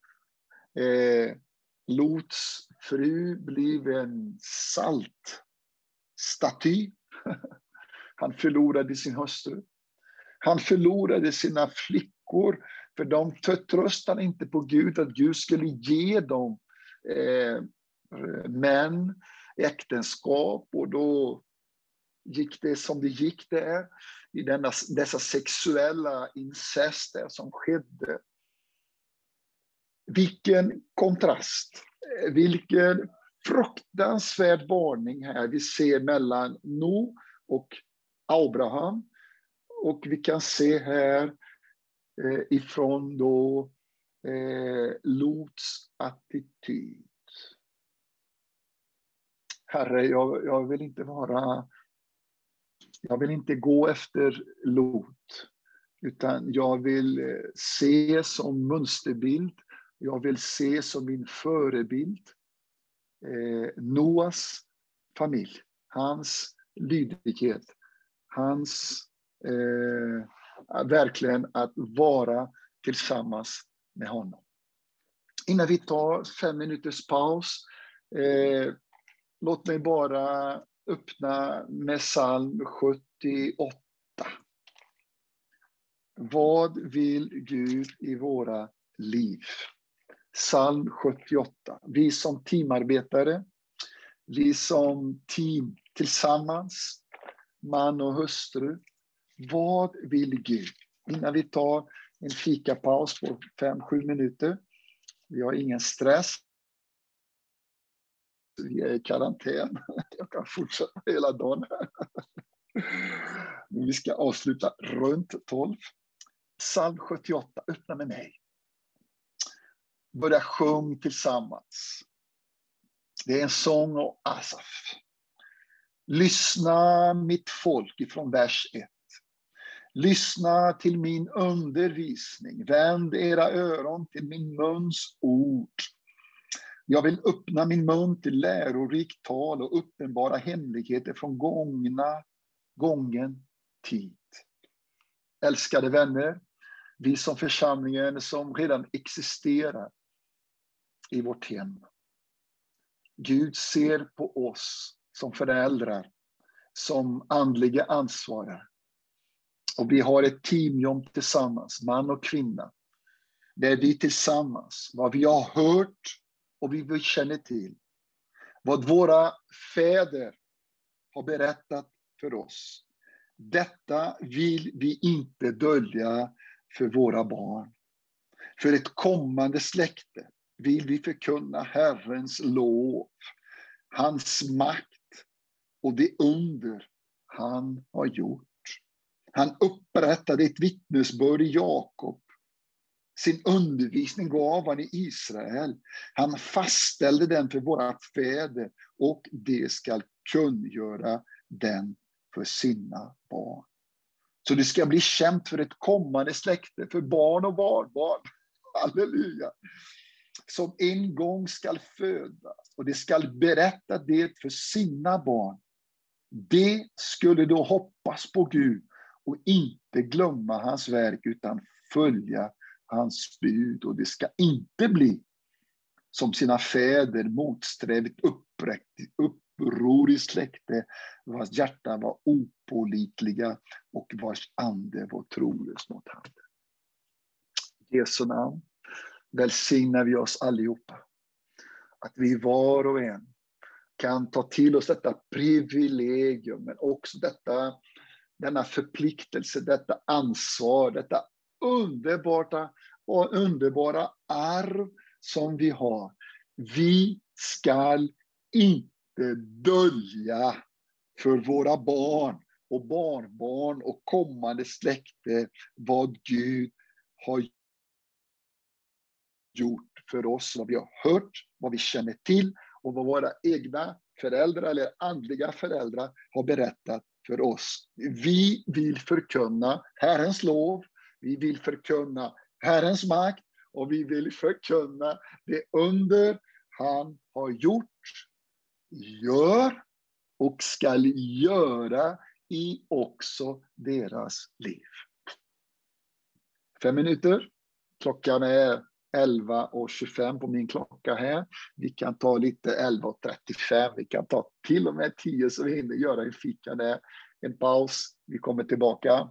Lots fru blev en saltstaty. Han förlorade sin hustru. Han förlorade sina flickor, för de förtröstade inte på Gud, att Gud skulle ge dem män, äktenskap, och då gick det som det gick där i dessa sexuella incester som skedde. Vilken kontrast, vilken fruktansvärd varning här vi ser mellan Noa och Abraham, och vi kan se här ifrån då Lots attityd. Herre, jag vill inte gå efter Lot, utan jag vill se som mönsterbild, jag vill se som min förebild Noas familj, hans lydighet, hans verkligen att vara tillsammans med honom. Innan vi tar 5 minuters paus, låt mig bara öppna med psalm 78. Vad vill Gud i våra liv? Psalm 78. Vi som teamarbetare, vi som tillsammans, man och hustru. Vad vill Gud? Innan vi tar en fikapaus på 5-7 minuter. Vi har ingen stress. Vi är i karantän. Jag kan fortsätta hela dagen. Vi ska avsluta runt 12. Psalm 78, öppna med mig. Börja sjung tillsammans. Det är en sång av Asaf. Lyssna mitt folk ifrån vers 1. Lyssna till min undervisning. Vänd era öron till min muns ord. Jag vill öppna min mun till lärorikt tal och uppenbara hemligheter från gången tid. Älskade vänner, vi som församlingen som redan existerar i vårt hem. Gud ser på oss som föräldrar, som andliga ansvariga. Och vi har ett teamjobb tillsammans, man och kvinna. Där vi tillsammans, vad vi har hört och vi känner till. Vad våra fäder har berättat för oss. Detta vill vi inte dölja för våra barn. För ett kommande släkte vill vi förkunna Herrens lov, hans makt och det under han har gjort. Han upprättade ett vittnesbörd i Jakob. Sin undervisning gav han i Israel. Han fastställde den för våra fäder och det ska kungöra den för sina barn. Så det ska bli känt för ett kommande släkte, för barn och barnbarn. Halleluja. Som en gång ska födas och det ska berätta det för sina barn. Det skulle då hoppas på Gud och inte glömma hans verk utan följa hans bud. Och det ska inte bli som sina fäder motsträvigt upproriskt släkte vars hjärta var opålitliga och vars ande var trolös mot handen. I Jesu namn välsignar vi oss allihopa. Att vi var och en kan ta till oss detta privilegium, men också denna förpliktelse, detta ansvar, detta underbara arv som vi har. Vi ska inte dölja för våra barn och barnbarn och kommande släkte vad Gud har gjort för oss, vad vi har hört, vad vi känner till och vad våra egna föräldrar eller andliga föräldrar har berättat för oss. Vi vill förkunna Herrens lov, vi vill förkunna Herrens makt och vi vill förkunna det under han har gjort, gör och ska göra i också deras liv. 5 minuter. Klockan är 11:25 på min klocka här. Vi kan ta lite 11:35. Vi kan ta till och med 10 så vi hinner göra en fika där. En paus. Vi kommer tillbaka.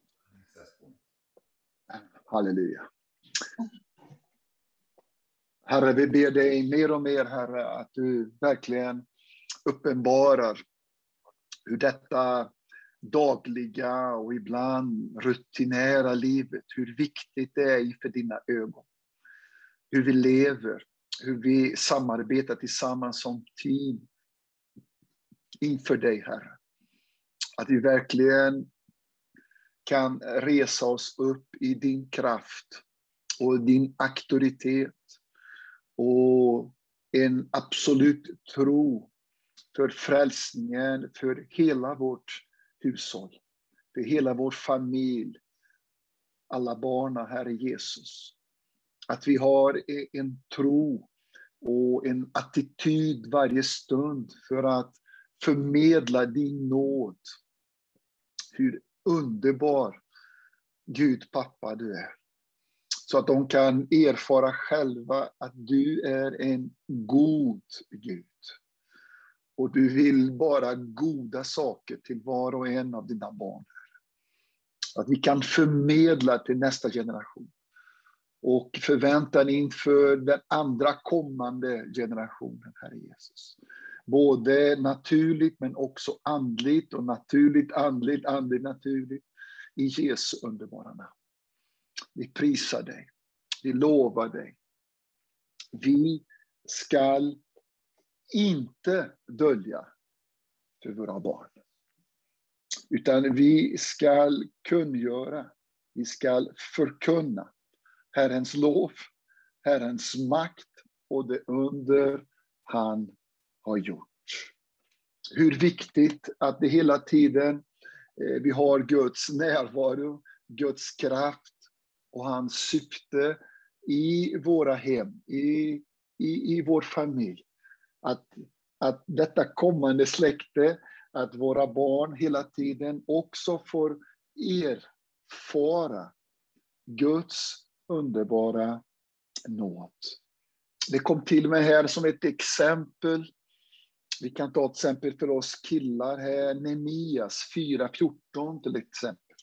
Halleluja. Herre, vi ber dig mer och mer, Herre, att du verkligen uppenbarar hur detta dagliga och ibland rutinära livet, hur viktigt det är för dina ögon. Hur vi lever, hur vi samarbetar tillsammans som team inför dig, Herre. Att vi verkligen kan resa oss upp i din kraft och din auktoritet och en absolut tro för frälsningen, för hela vårt hushåll, för hela vår familj, alla barn, Herre Jesus. Att vi har en tro och en attityd varje stund för att förmedla din nåd. Hur underbar Gud, pappa, du är. Så att de kan erfara själva att du är en god Gud. Och du vill bara goda saker till var och en av dina barn. Att vi kan förmedla till nästa generation. Och förväntan inför den andra kommande generationen, Herre Jesus. Både naturligt men också andligt, och naturligt, andligt, andligt, naturligt. I Jesu underbara namn. Vi prisar dig. Vi lovar dig. Vi ska inte dölja för våra barn. Utan vi ska kungöra. Vi ska förkunna Herrens lov, Herrens makt och det under han har gjort. Hur viktigt att det hela tiden vi har Guds närvaro, Guds kraft och hans syfte i våra hem, i vår familj. Att detta kommande släkte, att våra barn hela tiden också får erfara Guds underbara nåd. Det kom till mig här som ett exempel. Vi kan ta ett exempel för oss killar här. Nehemias 4:14 till exempel.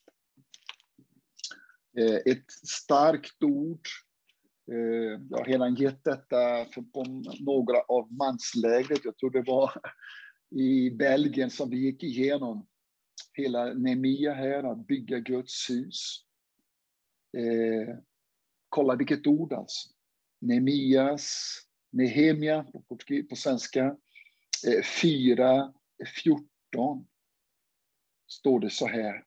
Ett starkt ord. Jag har redan gett detta på några av manslägret. Jag tror det var i Belgien som vi gick igenom hela Nehemia här, att bygga Guds hus. Kolla vilket ord alltså. Nehemia på svenska. 4:14 står det så här.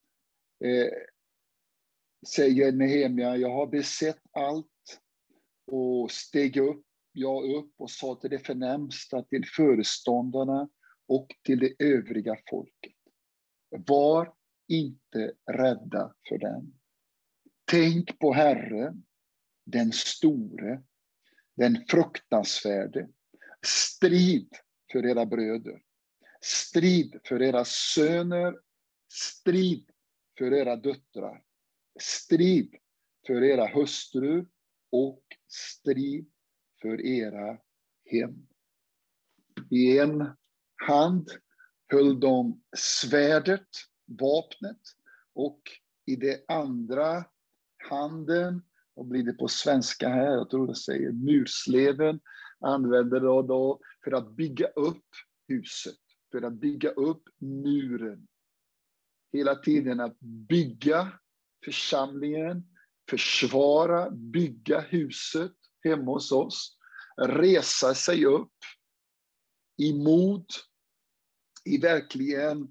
Säger Nehemia, jag har besett allt och steg upp och sa till det förnämsta, till föreståndarna och till det övriga folket. Var inte rädda för den. Tänk på Herren, den store, den fruktansvärde. Strid för era bröder. Strid för era söner. Strid för era döttrar. Strid för era hustrur och strid för era hem. I en hand höll de svärdet, vapnet, och i det andra handen, vad blir det på svenska här? Jag tror det säger mursleven, använder då för att bygga upp huset, för att bygga upp muren. Hela tiden att bygga församlingen, försvara, bygga huset hemma hos oss, resa sig upp i mod, i verkligen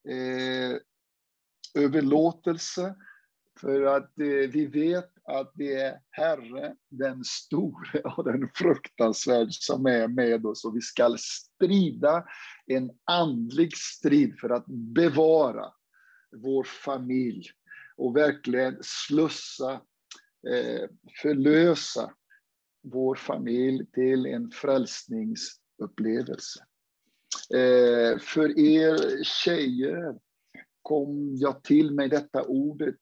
överlåtelse, för att vi vet att det är Herre, den store och den fruktansvärd, som är med oss, och vi ska strida en andlig strid för att bevara vår familj och verkligen slussa, förlösa vår familj till en frälsningsupplevelse. För er tjejer kom jag till mig detta ordet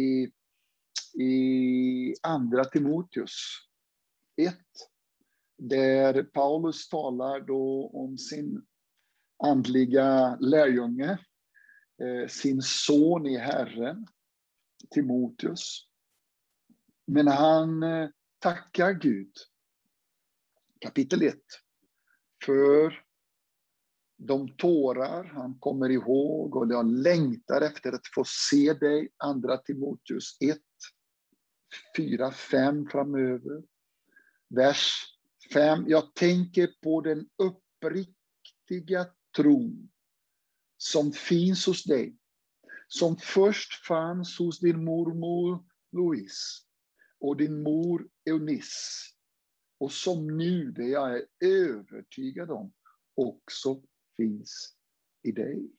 i andra Timoteus 1, där Paulus talar då om sin andliga lärjunge, sin son i Herren, Timoteus. Men han tackar Gud, kapitel 1, för de tårar han kommer ihåg, och jag längtar efter att få se dig, andra Timoteus 1, 4-5 framöver. Vers 5. Jag tänker på den uppriktiga tron som finns hos dig, som först fanns hos din mormor Louise och din mor Eunice, och som nu, det jag är övertygad om, också finns i dig.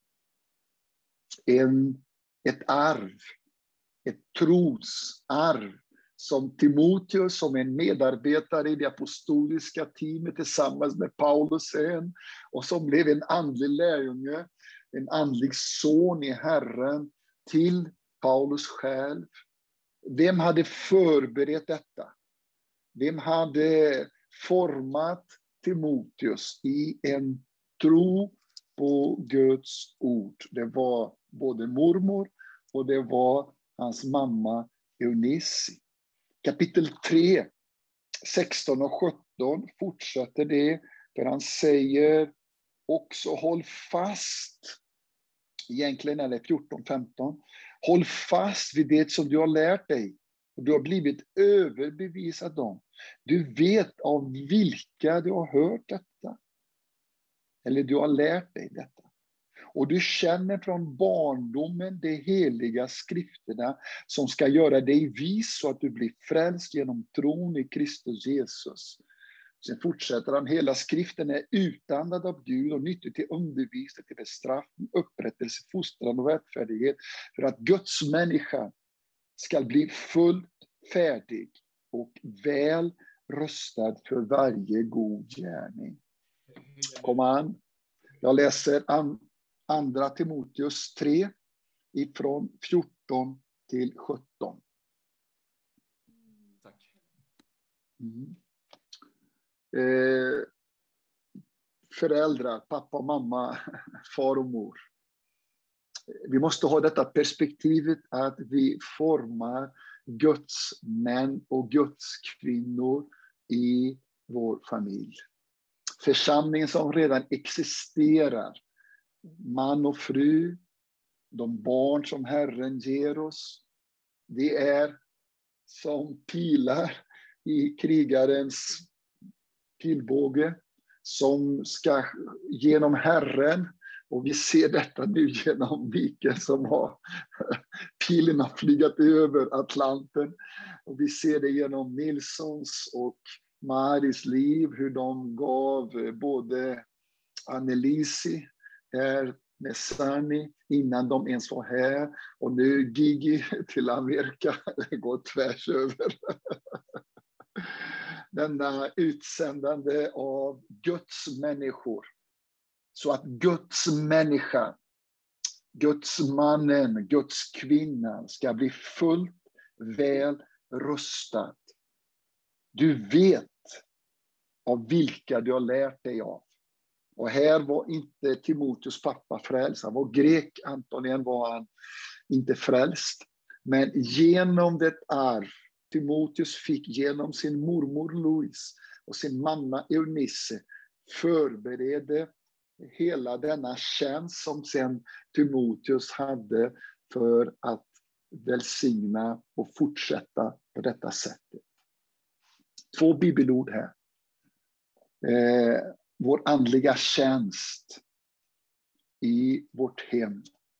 Ett arv, ett trosarv, som Timoteus, som en medarbetare i det apostoliska teamet tillsammans med Paulus sen, och som blev en andlig lärjunge, en andlig son i Herren till Paulus själv. Vem hade förberett detta? Vem hade format Timoteus i en tro på Guds ord? Det var både mormor och det var hans mamma Eunice. Kapitel 3, 16 och 17 fortsätter det För han säger också håll fast. Egentligen är det 14-15. Håll fast vid det som du har lärt dig. Och du har blivit överbevisad om. Du vet av vilka du har hört detta. Eller du har lärt dig detta. Och du känner från barndomen de heliga skrifterna som ska göra dig vis så att du blir frälst genom tron i Kristus Jesus. Sen fortsätter han, hela skriften är utandad av Gud och nyttig till undervisning, till bestraffning, upprättelse, fostran och rättfärdighet. För att Guds människa ska bli fullt färdig och väl rustad för varje god gärning. Kom an. Jag läser andra Timoteus 3 ifrån 14 till 17. Tack. Föräldrar, pappa och mamma, far och mor. Vi måste ha detta perspektivet att vi formar Guds män och Guds kvinnor i vår familj. Församlingen som redan existerar, man och fru, de barn som Herren ger oss, det är som pilar i krigarens pilbåge som ska genom Herren, och vi ser detta nu genom Mikael som har pilarna flygat över Atlanten, och vi ser det genom Nilssons och Maris liv, hur de gav både Annelisi här med Sani innan de ens var här, och nu Gigi till Amerika, det går tvärs över. Denna utsändande av Guds människor. Så att Guds människa, Guds mannen, Guds kvinnan ska bli fullt väl rustad. Du vet av vilka du har lärt dig av. Och här var inte Timoteus pappa frälst. Han var grek, antagligen var han inte frälst. Men genom det arv Timoteus fick genom sin mormor Louise och sin mamma Eunice förberedde hela denna tjänst som sen Timoteus hade för att välsigna och fortsätta på detta sättet. 2 bibelord här. Vår andliga tjänst i vårt hem.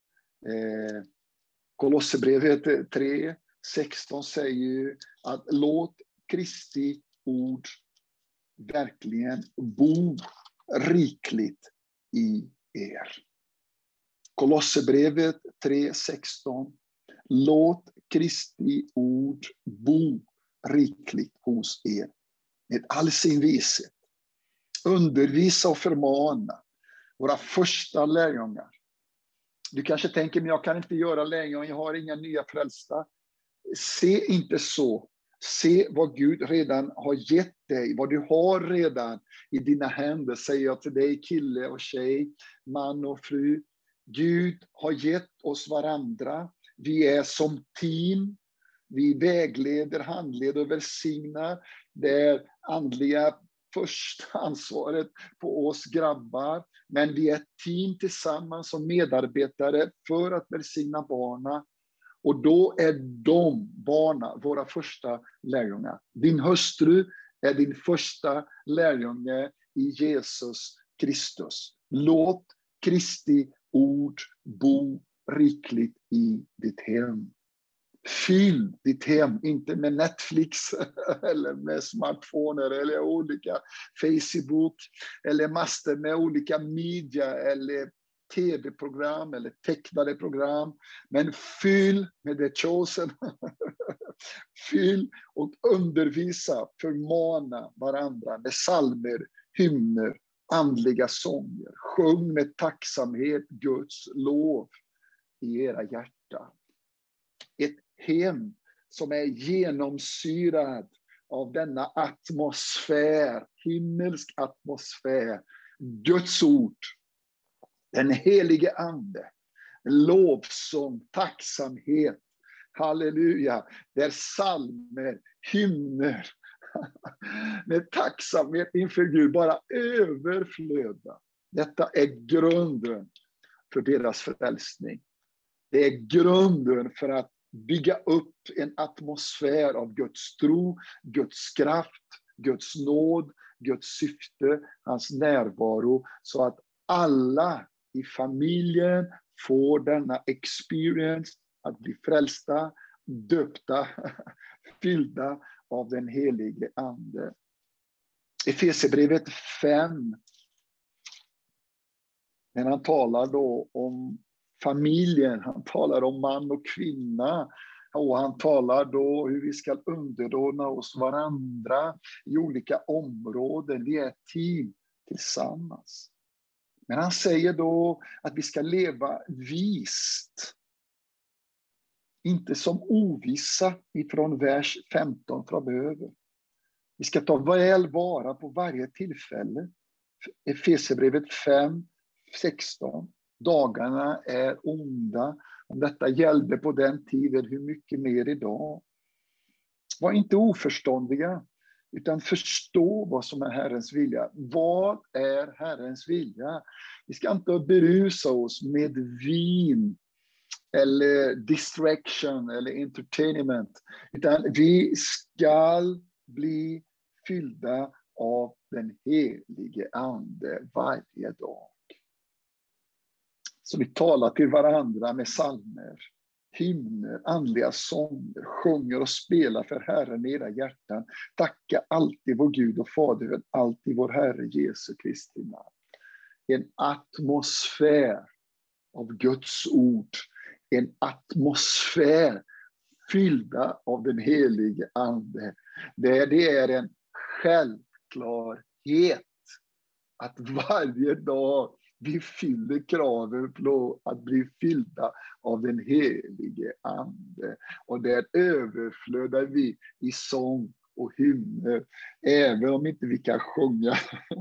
Kolosserbrevet 3:16 säger att låt Kristi ord verkligen bo rikligt i er. Kolosserbrevet 3:16. Låt Kristi ord bo rikligt hos er. Med all sin vishet. Undervisa och förmana våra första lärjungar. Du kanske tänker, men jag kan inte göra lärjungar, jag har inga nya frälsta. Se inte så. Se vad Gud redan har gett dig, vad du har redan i dina händer, säger jag till dig, kille och tjej, man och fru. Gud har gett oss varandra. Vi är som team. Vi vägleder, handleder och välsignar. Det är andliga första ansvaret på oss grabbar. Men vi är ett team tillsammans som medarbetare för att välsigna barnen. Och då är de barnen våra första lärjungar. Din hustru är din första lärjunge i Jesus Kristus. Låt Kristi ord bo rikligt i ditt hem. Fyll ditt hem, inte med Netflix eller med smartphoner eller olika Facebook eller massor med olika media eller tv-program eller tecknade program. Men fyll med The Chosen. Fyll och undervisa, förmana varandra med psalmer, hymner, andliga sånger. Sjung med tacksamhet Guds lov i era hjärtan. Ett hem som är genomsyrad av denna atmosfär, himmelsk atmosfär, Guds ord, den helige ande, lovsång, tacksamhet, halleluja, där psalmer, hymner, med tacksamhet inför Gud bara överflöda. Detta är grunden för deras frälsning. Det är grunden för att bygga upp en atmosfär av Guds tro, Guds kraft, Guds nåd, Guds syfte, hans närvaro, så att alla i familjen får denna experience att bli frälsta, döpta, fyllda av den helige ande. Efesierbrevet 5. Men han talar då om familjen, han talar om man och kvinna. Och han talar då hur vi ska underordna oss varandra i olika områden. Vi är ett team tillsammans. Men han säger då att vi ska leva vist. Inte som ovissa ifrån vers 15 framöver. Vi ska ta väl vara på varje tillfälle. Efesierbrevet 5:16. Dagarna är onda. Om detta gällde på den tiden, hur mycket mer idag? Var inte oförståndiga, utan förstå vad som är Herrens vilja. Vad är Herrens vilja? Vi ska inte berusa oss med vin eller distraction eller entertainment, utan vi ska bli fyllda av den helige ande varje dag. Så vi talar till varandra med psalmer, hymner, andliga sånger, sjunger och spelar för Herren i era hjärtan. Tacka alltid vår Gud och Fader för alltid vår Herre Jesu Kristi namn. En atmosfär av Guds ord, en atmosfär fyllda av den helige ande. Det är en självklarhet att varje dag vi fyller kraven på att bli fyllda av den helige ande. Och där överflödar vi i sång och hymner. Även om inte vi kan sjunga.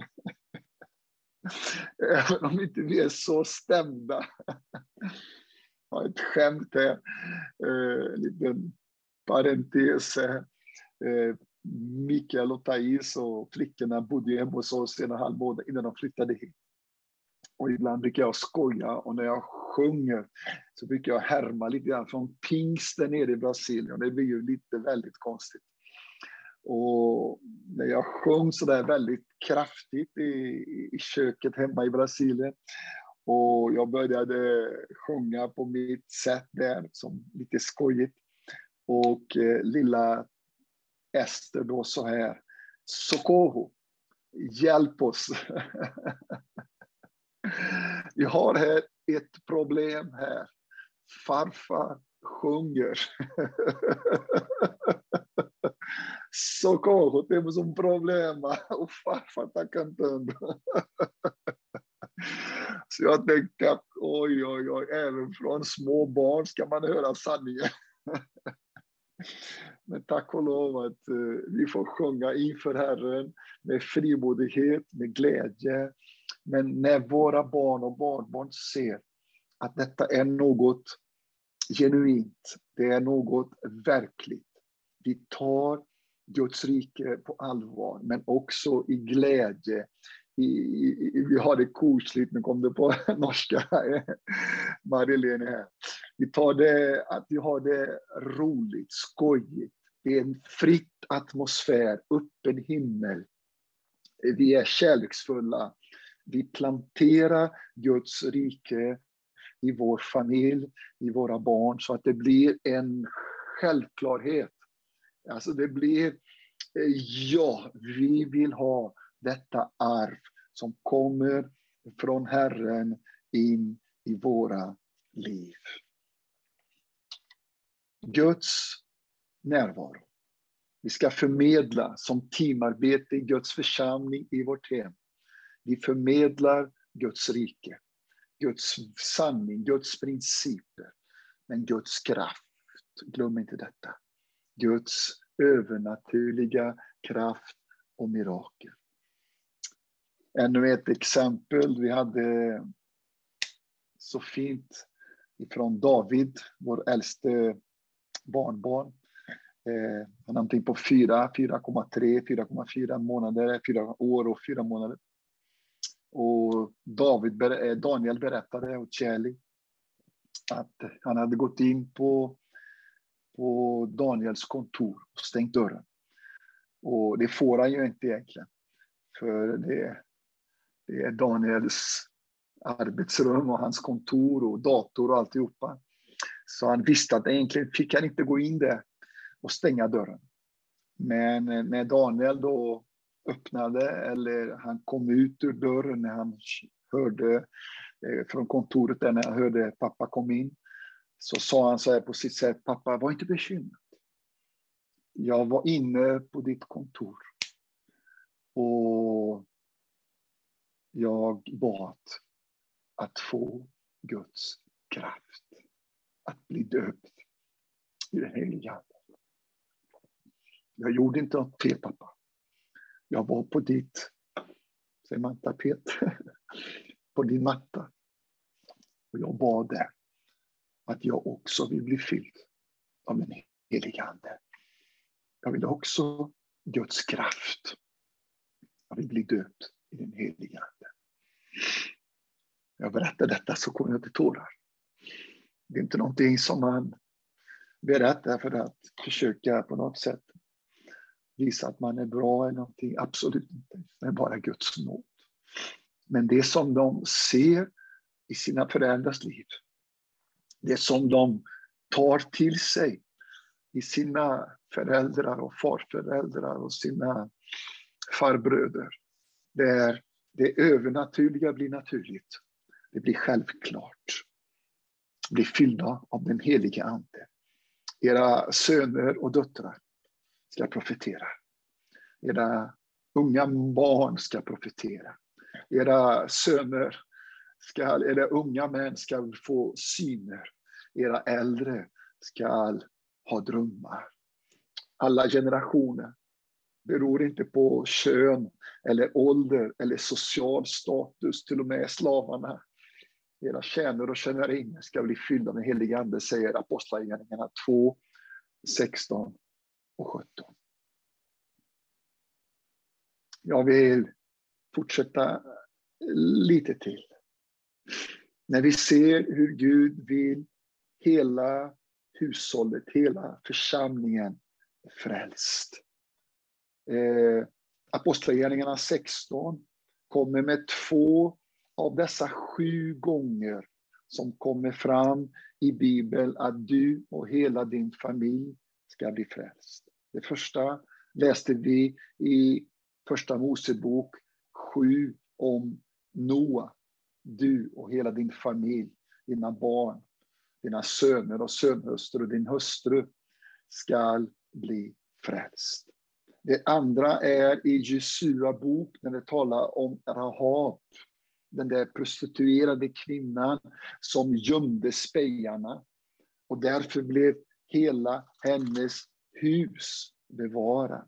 Även om inte vi är så stämda. Jag har ett skämt här. En liten parentes här. Mikael och Thais och flickorna bodde hemma hos oss en och en halv månad innan de flyttade hit. Och ibland brukar jag skoja, och när jag sjunger så brukar jag härma lite grann från pingsten nere i Brasilien. Det blir ju lite väldigt konstigt. Och när jag sjöng så där väldigt kraftigt i köket hemma i Brasilien, och jag började sjunga på mitt sätt där som lite skojigt, och lilla Ester då så här: Socorro, hjälp oss. Vi har här ett problem här. Farfar sjunger. Socorro, temos um problema. O farfar está cantando. Så jag tänkte att oj, även från små barn ska man höra sanningen. Men tack och lov att vi får sjunga inför Herren med frimodighet, med glädje. Men när våra barn och barnbarn ser att detta är något genuint, det är något verkligt. Vi tar Guds rike på allvar, men också i glädje. Vi har det kusligt, nu kom det på norska, Marilene här. Vi tar det att vi har det roligt, skojigt. Det är en fritt atmosfär, öppen himmel. Vi är kärleksfulla. Vi planterar Guds rike i vår familj, i våra barn, så att det blir en självklarhet. Alltså det blir, ja, vi vill ha detta arv som kommer från Herren in i våra liv. Guds närvaro. Vi ska förmedla som teamarbete i Guds församling i vårt hem. Vi förmedlar Guds rike, Guds sanning, Guds principer, men Guds kraft. Glöm inte detta. Guds övernaturliga kraft och mirakel. Ännu ett exempel. Vi hade så fint ifrån David, vår äldste barnbarn. Han någonting på 4,3, 4,4 månader, 4 år och 4 månader. Och Daniel berättade åt Charlie att han hade gått in på Daniels kontor och stängt dörren. Och det får han ju inte egentligen. För det är Daniels arbetsrum och hans kontor och dator och alltihopa. Så han visste att egentligen fick han inte gå in där och stänga dörren. Men när Daniel då öppnade, eller han kom ut ur dörren när han hörde från kontoret där, när han hörde pappa kom in, så sa han så här på sitt sätt: pappa, var inte bekymrad. Jag var inne på ditt kontor och jag bad att få Guds kraft, att bli döpt i den heliga Ande. Jag gjorde inte något fel, pappa. Jag var på ditt, säger man, tapet, på din matta. Och jag bad där att jag också vill bli fylld av den heliga Ande. Jag vill också Guds kraft. Jag vill bli döpt i den heliga Ande. Jag berättar detta så kommer jag till tårar. Det är inte någonting som man berättar för att försöka på något sätt visa att man är bra eller någonting. Absolut inte. Det är bara Guds nåd. Men det som de ser i sina föräldrars liv, det som de tar till sig i sina föräldrar och farföräldrar och sina farbröder, det övernaturliga blir naturligt. Det blir självklart. Blir fyllda av den heliga Ande. Era söner och döttrar ska profetera. Era unga barn ska profetera. Era söner era unga män ska få syner. Era äldre ska ha drömmar. Alla generationer beror inte på kön eller ålder eller social status. Till och med slavarna, era tjänare och tjänarinnor ska bli fyllda med heliga Ande, säger Apostlagärningarna 2, 16 och 17. Jag vill fortsätta lite till. När vi ser hur Gud vill hela hushållet, hela församlingen frälst. Apostlagärningarna 16 kommer med 2 av dessa 7 gånger som kommer fram i Bibeln att du och hela din familj ska bli frälst. Det första läste vi i första Mosebok 7 om Noa. Du och hela din familj, dina barn, dina söner och sönhustru och din hustru ska bli frälst. Det andra är i Jesua bok när det talar om Rahab, den där prostituerade kvinnan som gömde spejarna. Och därför blev hela hennes hus bevarat.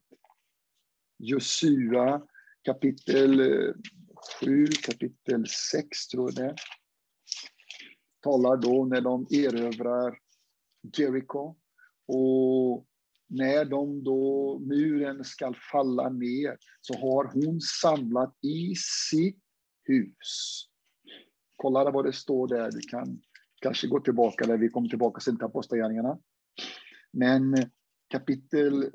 Josua kapitel 7, kapitel 6 tror jag det talar då när de erövrar Jericho. Och när muren ska falla ner så har hon samlat i sitt hus. Kolla vad det står där. Vi kan kanske gå tillbaka där. Vi kommer tillbaka sen till Apostlagärningarna. Men kapitel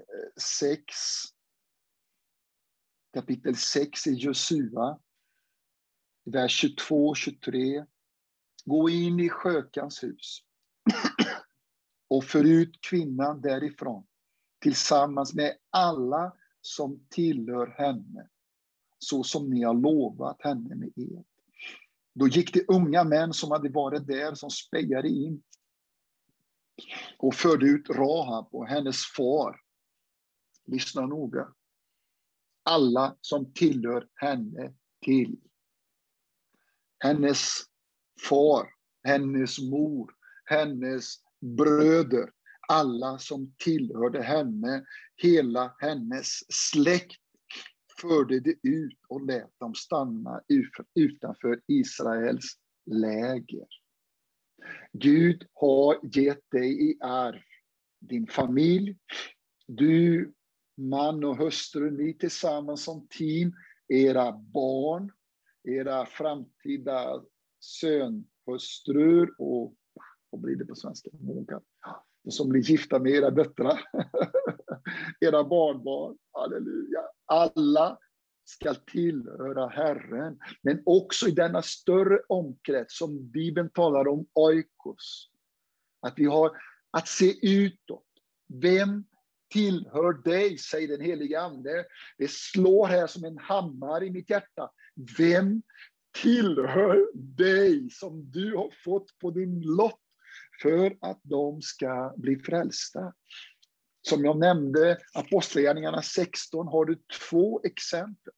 6 i Josua, vers 22-23. Gå in i skökans hus och för ut kvinnan därifrån tillsammans med alla som tillhör henne, så som ni har lovat henne med er. Då gick det unga män som hade varit där som spejade in och förde ut Rahab och hennes far. Lyssna noga. Alla som tillhör henne till. Hennes far, hennes mor, hennes bröder, alla som tillhörde henne, hela hennes släkt förde det ut och lät dem stanna utanför Israels läger. Gud har gett dig i arv din familj, Du, man och hustru, ni tillsammans som team, era barn, era framtida sönhustrur och vad blir det på svenska? Som blir gifta med era döttrar. Era barnbarn. Halleluja. Alla ska tillhöra Herren. Men också i denna större omkrets som Bibeln talar om, oikos. Att vi har att se utåt. Vem tillhör dig, säger den helige ande. Det slår här som en hammare i mitt hjärta. Vem tillhör dig som du har fått på din lott för att de ska bli frälsta? Som jag nämnde, Apostlagärningarna 16 har du 2 exempel.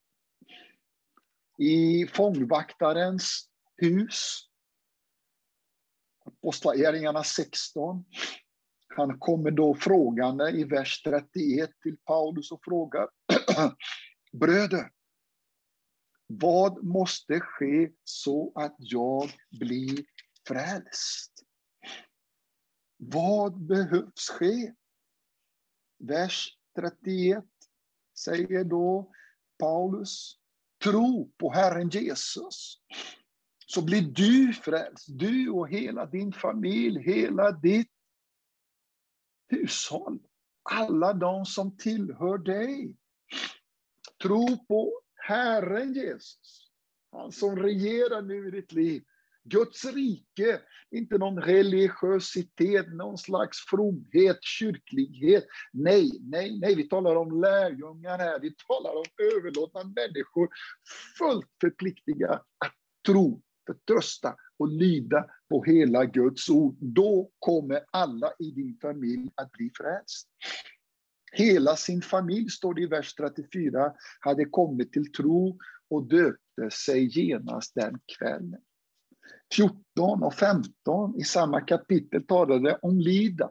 I fångvaktarens hus, Apostlagärningarna 16, han kommer då frågande i vers 31 till Paulus och frågar: bröder, vad måste ske så att jag blir frälst? Vad behövs ske? Vers 31 säger då Paulus: tro på Herren Jesus, så blir du frälst, du och hela din familj, hela ditt hushåll, alla de som tillhör dig. Tro på Herren Jesus, han som regerar nu i ditt liv. Guds rike, inte någon religiositet, någon slags fromhet, kyrklighet. Nej, vi talar om lärjungar här. Vi talar om överlåtna människor, fullt förpliktiga att tro, förtrösta och lyda på hela Guds ord. Då kommer alla i din familj att bli frälst. Hela sin familj, står det i vers 34, hade kommit till tro och döpte sig genast den kvällen. 14 och 15 i samma kapitel talade om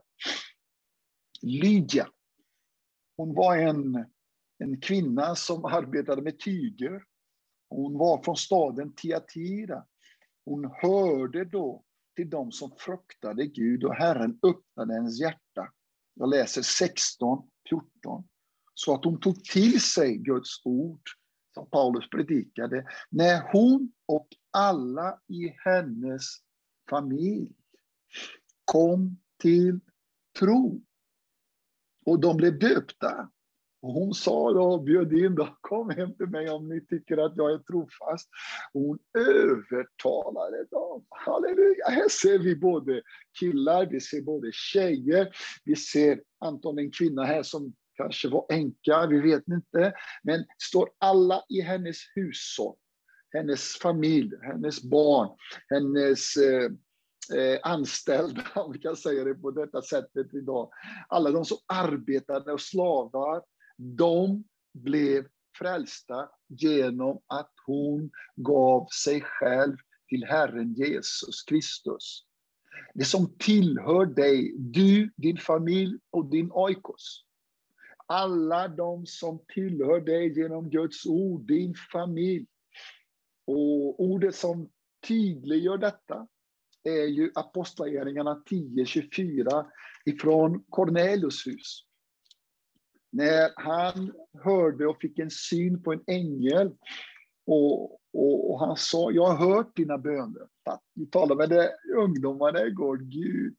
Lydia. Hon var en kvinna som arbetade med tyger. Hon var från staden Tiatira. Hon hörde då till dem som fruktade Gud och Herren öppnade hennes hjärta. Jag läser 16:14. Så att hon tog till sig Guds ord som Paulus predikade, när hon och alla i hennes familj kom till tro. Och de blev döpta. Och hon sa då, bjöd in då, kom hem till mig om ni tycker att jag är trofast. Och hon övertalade dem. Halleluja, här ser vi både killar, vi ser både tjejer. Vi ser antagligen en kvinna här som kanske var änka, vi vet inte. Men står alla i hennes hushåll, hennes familj, hennes barn, hennes anställda, om vi kan säga det på detta sättet idag. Alla de som arbetade och slavar, de blev frälsta genom att hon gav sig själv till Herren Jesus Kristus. Det som tillhör dig, du, din familj och din oikos. Alla de som tillhör dig genom Guds ord, din familj. Och ordet som tydliggör detta är ju Apostlagärningarna 10:24 ifrån Cornelius hus. När han hörde och fick en syn på en ängel och han sa, jag har hört dina böner. Vi talade med de ungdomarna igår. Gud,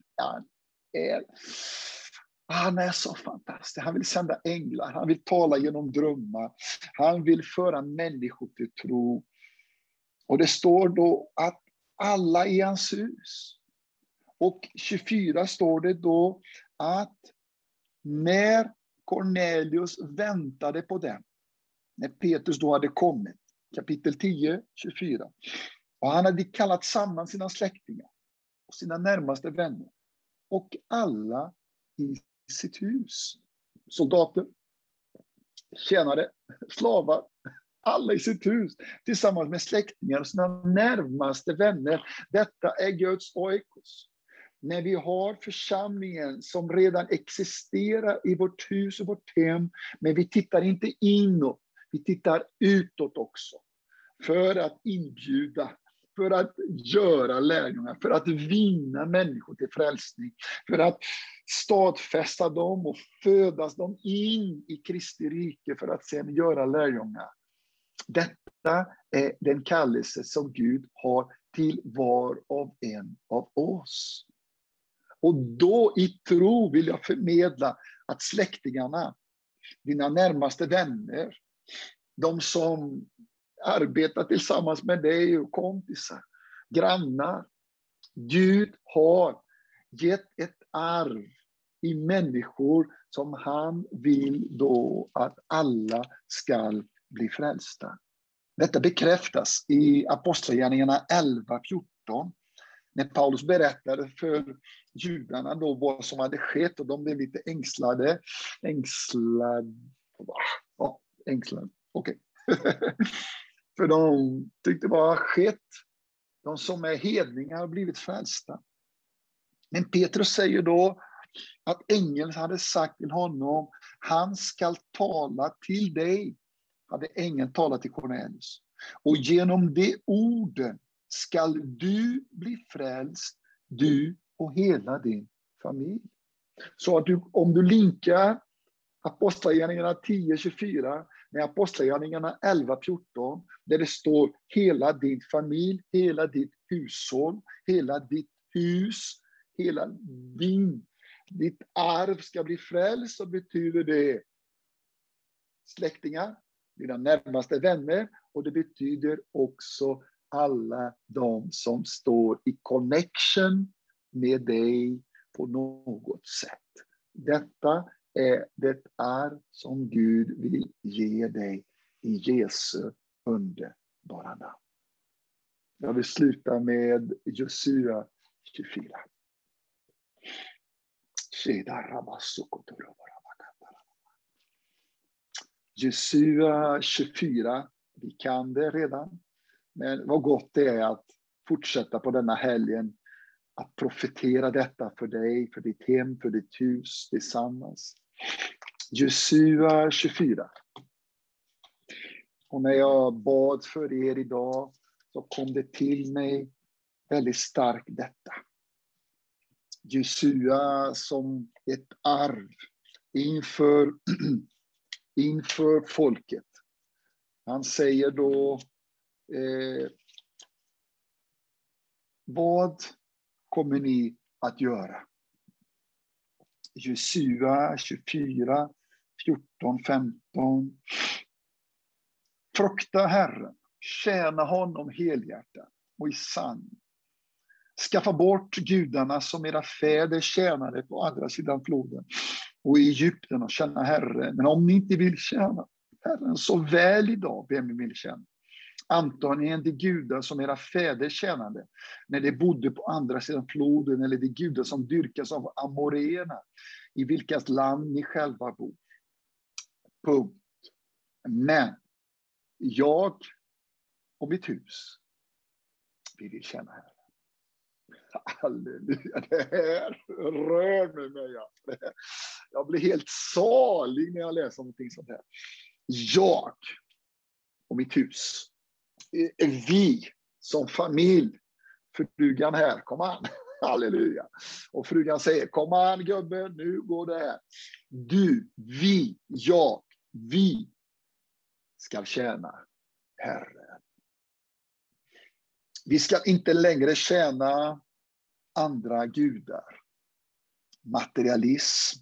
han är så fantastisk. Han vill sända änglar. Han vill tala genom drömmar. Han vill föra människor till tro. Och det står då att alla i hans hus. Och 24 står det då att när Cornelius väntade på dem, när Petrus då hade kommit, kapitel 10:24, och han hade kallat samman sina släktingar och sina närmaste vänner och alla i sitt hus, soldater, tjänare, slavar, alla i sitt hus tillsammans med släktingar och sina närmaste vänner. Detta är Guds oikos. När vi har församlingen som redan existerar i vårt hus och vårt hem, men vi tittar inte inåt, vi tittar utåt också. För att inbjuda, för att göra lärjungar, för att vinna människor till frälsning, för att stadfästa dem och födas dem in i Kristi rike för att sedan göra lärjungar. Detta är den kallelse som Gud har till var och en av oss. Och då i tro vill jag förmedla att släktingarna, dina närmaste vänner, de som arbetar tillsammans med dig och kompisar, grannar, Gud har gett ett arv i människor som han vill då att alla ska bli frälsta. Detta bekräftas i Apostlagärningarna 11:14. När Paulus berättade för judarna då vad som hade skett och de blev lite ängslade. Okej. För de tyckte vad har skett. De som är hedningar har blivit frälsta. Men Petrus säger då att ängeln hade sagt till honom, han ska tala till dig. Hade ängeln talat till Cornelius. Och genom de orden skall du bli frälst, du och hela din familj. Så att om du linkar Apostlagärningarna 10:24 med Apostlagärningarna 11:14, där det står hela din familj, hela ditt hushåll, hela ditt hus, hela ditt arv ska bli frälst, så betyder det släktingar, dina närmaste vänner, och det betyder också alla de som står i connection med dig på något sätt. Detta är det arv som Gud vill ge dig i Jesu underbara namn. Jag vill sluta med Josua 24. Josua 24, vi kan det redan. Men vad gott det är att fortsätta på denna helgen att profetera detta för dig, för ditt hem, för ditt hus tillsammans. Josua 24. Och när jag bad för er idag så kom det till mig väldigt starkt detta. Josua som ett arv inför folket. Han säger då vad kommer ni att göra? Josua 24, 14, 15. Frukta Herren, tjäna honom helhjärtat och i sanning. Skaffa bort gudarna som era fäder tjänade på andra sidan floden och i Egypten och tjäna Herren. Men om ni inte vill tjäna Herren så väl idag, vem ni vill tjäna. Antagligen de gudar som era fäder tjänade när de bodde på andra sidan floden, eller de gudar som dyrkas av amoreerna i vilkas land ni själva bor. Punkt. Men jag och mitt hus, vi vill tjäna Herren. Halleluja, det här rör mig. Jag blir helt salig när jag läser någonting sånt här. Jag och mitt hus, vi som familj, frugan här, kom an, halleluja. Och frugan säger, kom an gubben, nu går det här. Du, vi, jag, vi ska tjäna Herren. Vi ska inte längre tjäna andra gudar. Materialism,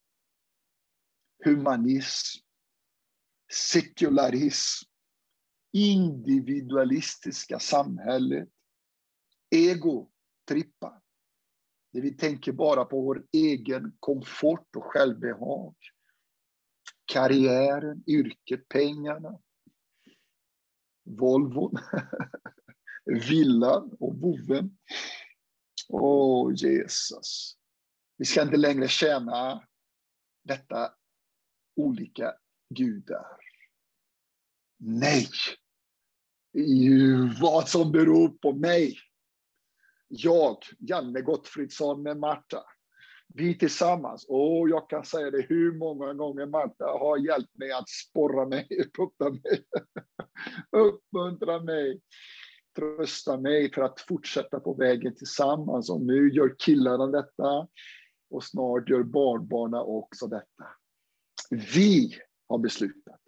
humanism, sekularism, individualistiska samhället, egotrippar. Det vi tänker bara på vår egen komfort och självbehag. Karriären, yrket, pengarna, Volvon, villan och boven. Åh Jesus. Vi ska inte längre tjäna detta olika gudar. Nej. Vad som beror på mig. Jag, Janne Gottfridsson med Marta. Vi tillsammans. Jag kan säga det hur många gånger Marta har hjälpt mig att sporra mig, putta mig, uppmuntra mig. trösta mig för att fortsätta på vägen tillsammans. Och nu gör killarna detta och snart gör barnbarnen också detta. Vi har beslutat.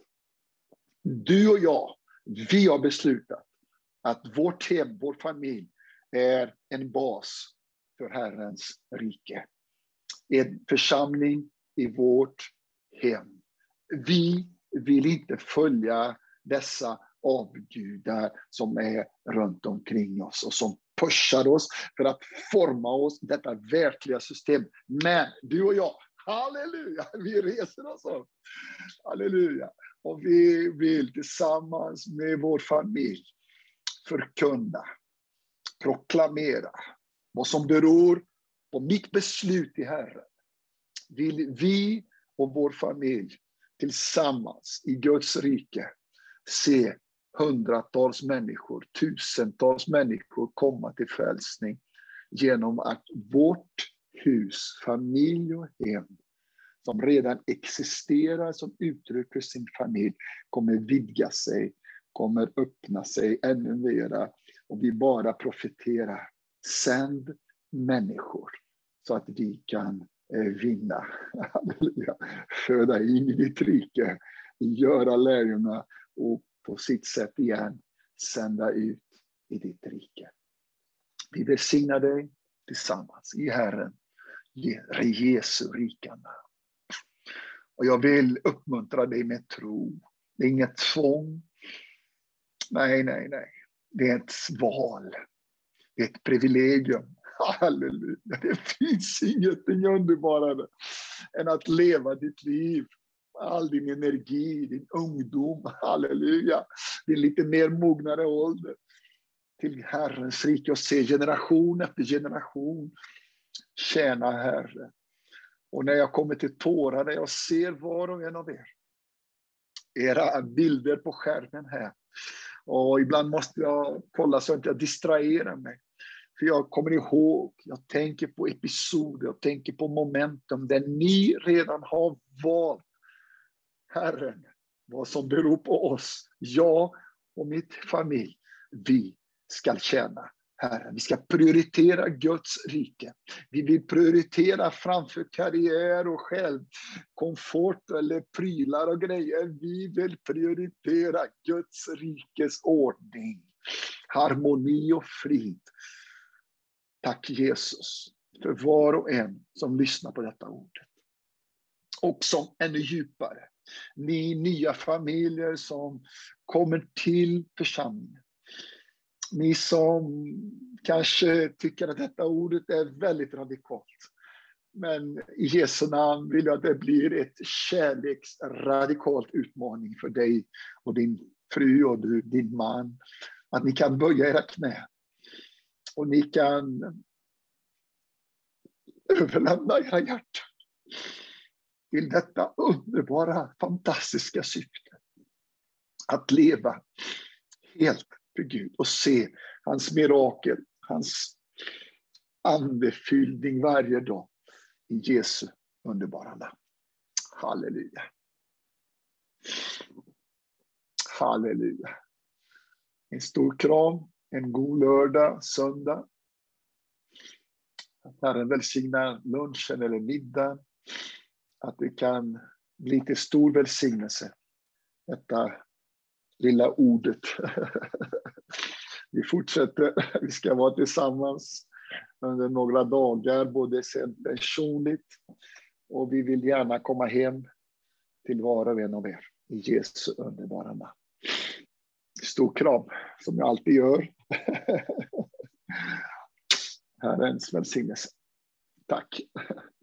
Du och jag, vi har beslutat att vårt hem, vår familj är en bas för Herrens rike. En församling i vårt hem. Vi vill inte följa dessa avgudar som är runt omkring oss och som pushar oss för att forma oss i detta verkliga system. Men du och jag, halleluja, vi reser oss upp. Halleluja. Och vi vill tillsammans med vår familj förkunna, proklamera vad som beror på mitt beslut i Herren. Vill vi och vår familj tillsammans i Guds rike se hundratals människor, tusentals människor komma till frälsning genom att vårt hus, familj och hem som redan existerar som uttryck för sin familj kommer vidga sig, kommer öppna sig ännu mera, och vi bara profeterar. Sänd människor så att vi kan vinna, föda in i ditt rike, göra lärjungar och på sitt sätt igen sända ut i ditt rike. Vi välsignar dig tillsammans i Herren, Jesu rika namn. Och jag vill uppmuntra dig med tro. Det är inget tvång. Nej. Det är ett val. Det är ett privilegium. Halleluja. Det finns ingenting underbarare än att leva ditt liv. All din energi, din ungdom, halleluja. Din lite mer mognare ålder till Herrens rike och se generation efter generation tjäna Herren. Och när jag kommer till tårar, när jag ser var och en av er, era bilder på skärmen här. Och ibland måste jag kolla så att jag distraherar mig. För jag kommer ihåg, jag tänker på episoder, jag tänker på momentum där ni redan har valt Herren. Vad som beror på oss, jag och mitt familj, vi ska tjäna Herren. Vi ska prioritera Guds rike. Vi vill prioritera framför karriär och självkomfort eller prylar och grejer. Vi vill prioritera Guds rikes ordning, harmoni och frid. Tack Jesus för var och en som lyssnar på detta ordet. Och som ännu djupare, ni nya familjer som kommer till församlingen. Ni som kanske tycker att detta ordet är väldigt radikalt. Men i Jesu namn vill jag att det blir ett kärleksradikalt utmaning för dig och din fru och din man. Att ni kan böja era knä. Och ni kan överlämna era hjärtan till detta underbara, fantastiska syfte. Att leva helt för Gud och se hans mirakel, hans andefyllning varje dag i Jesu underbara namn. Halleluja. Halleluja. En stor kram, en god lördag, söndag. Att Herren välsignar lunchen eller middagen. Att det kan bli till stor välsignelse. Detta lilla ordet. Vi fortsätter. Vi ska vara tillsammans under några dagar, både personligt, och vi vill gärna komma hem till var och en av er i Jesu underbara namn. Stor kram, som jag alltid gör. Herrens välsignelse. Tack.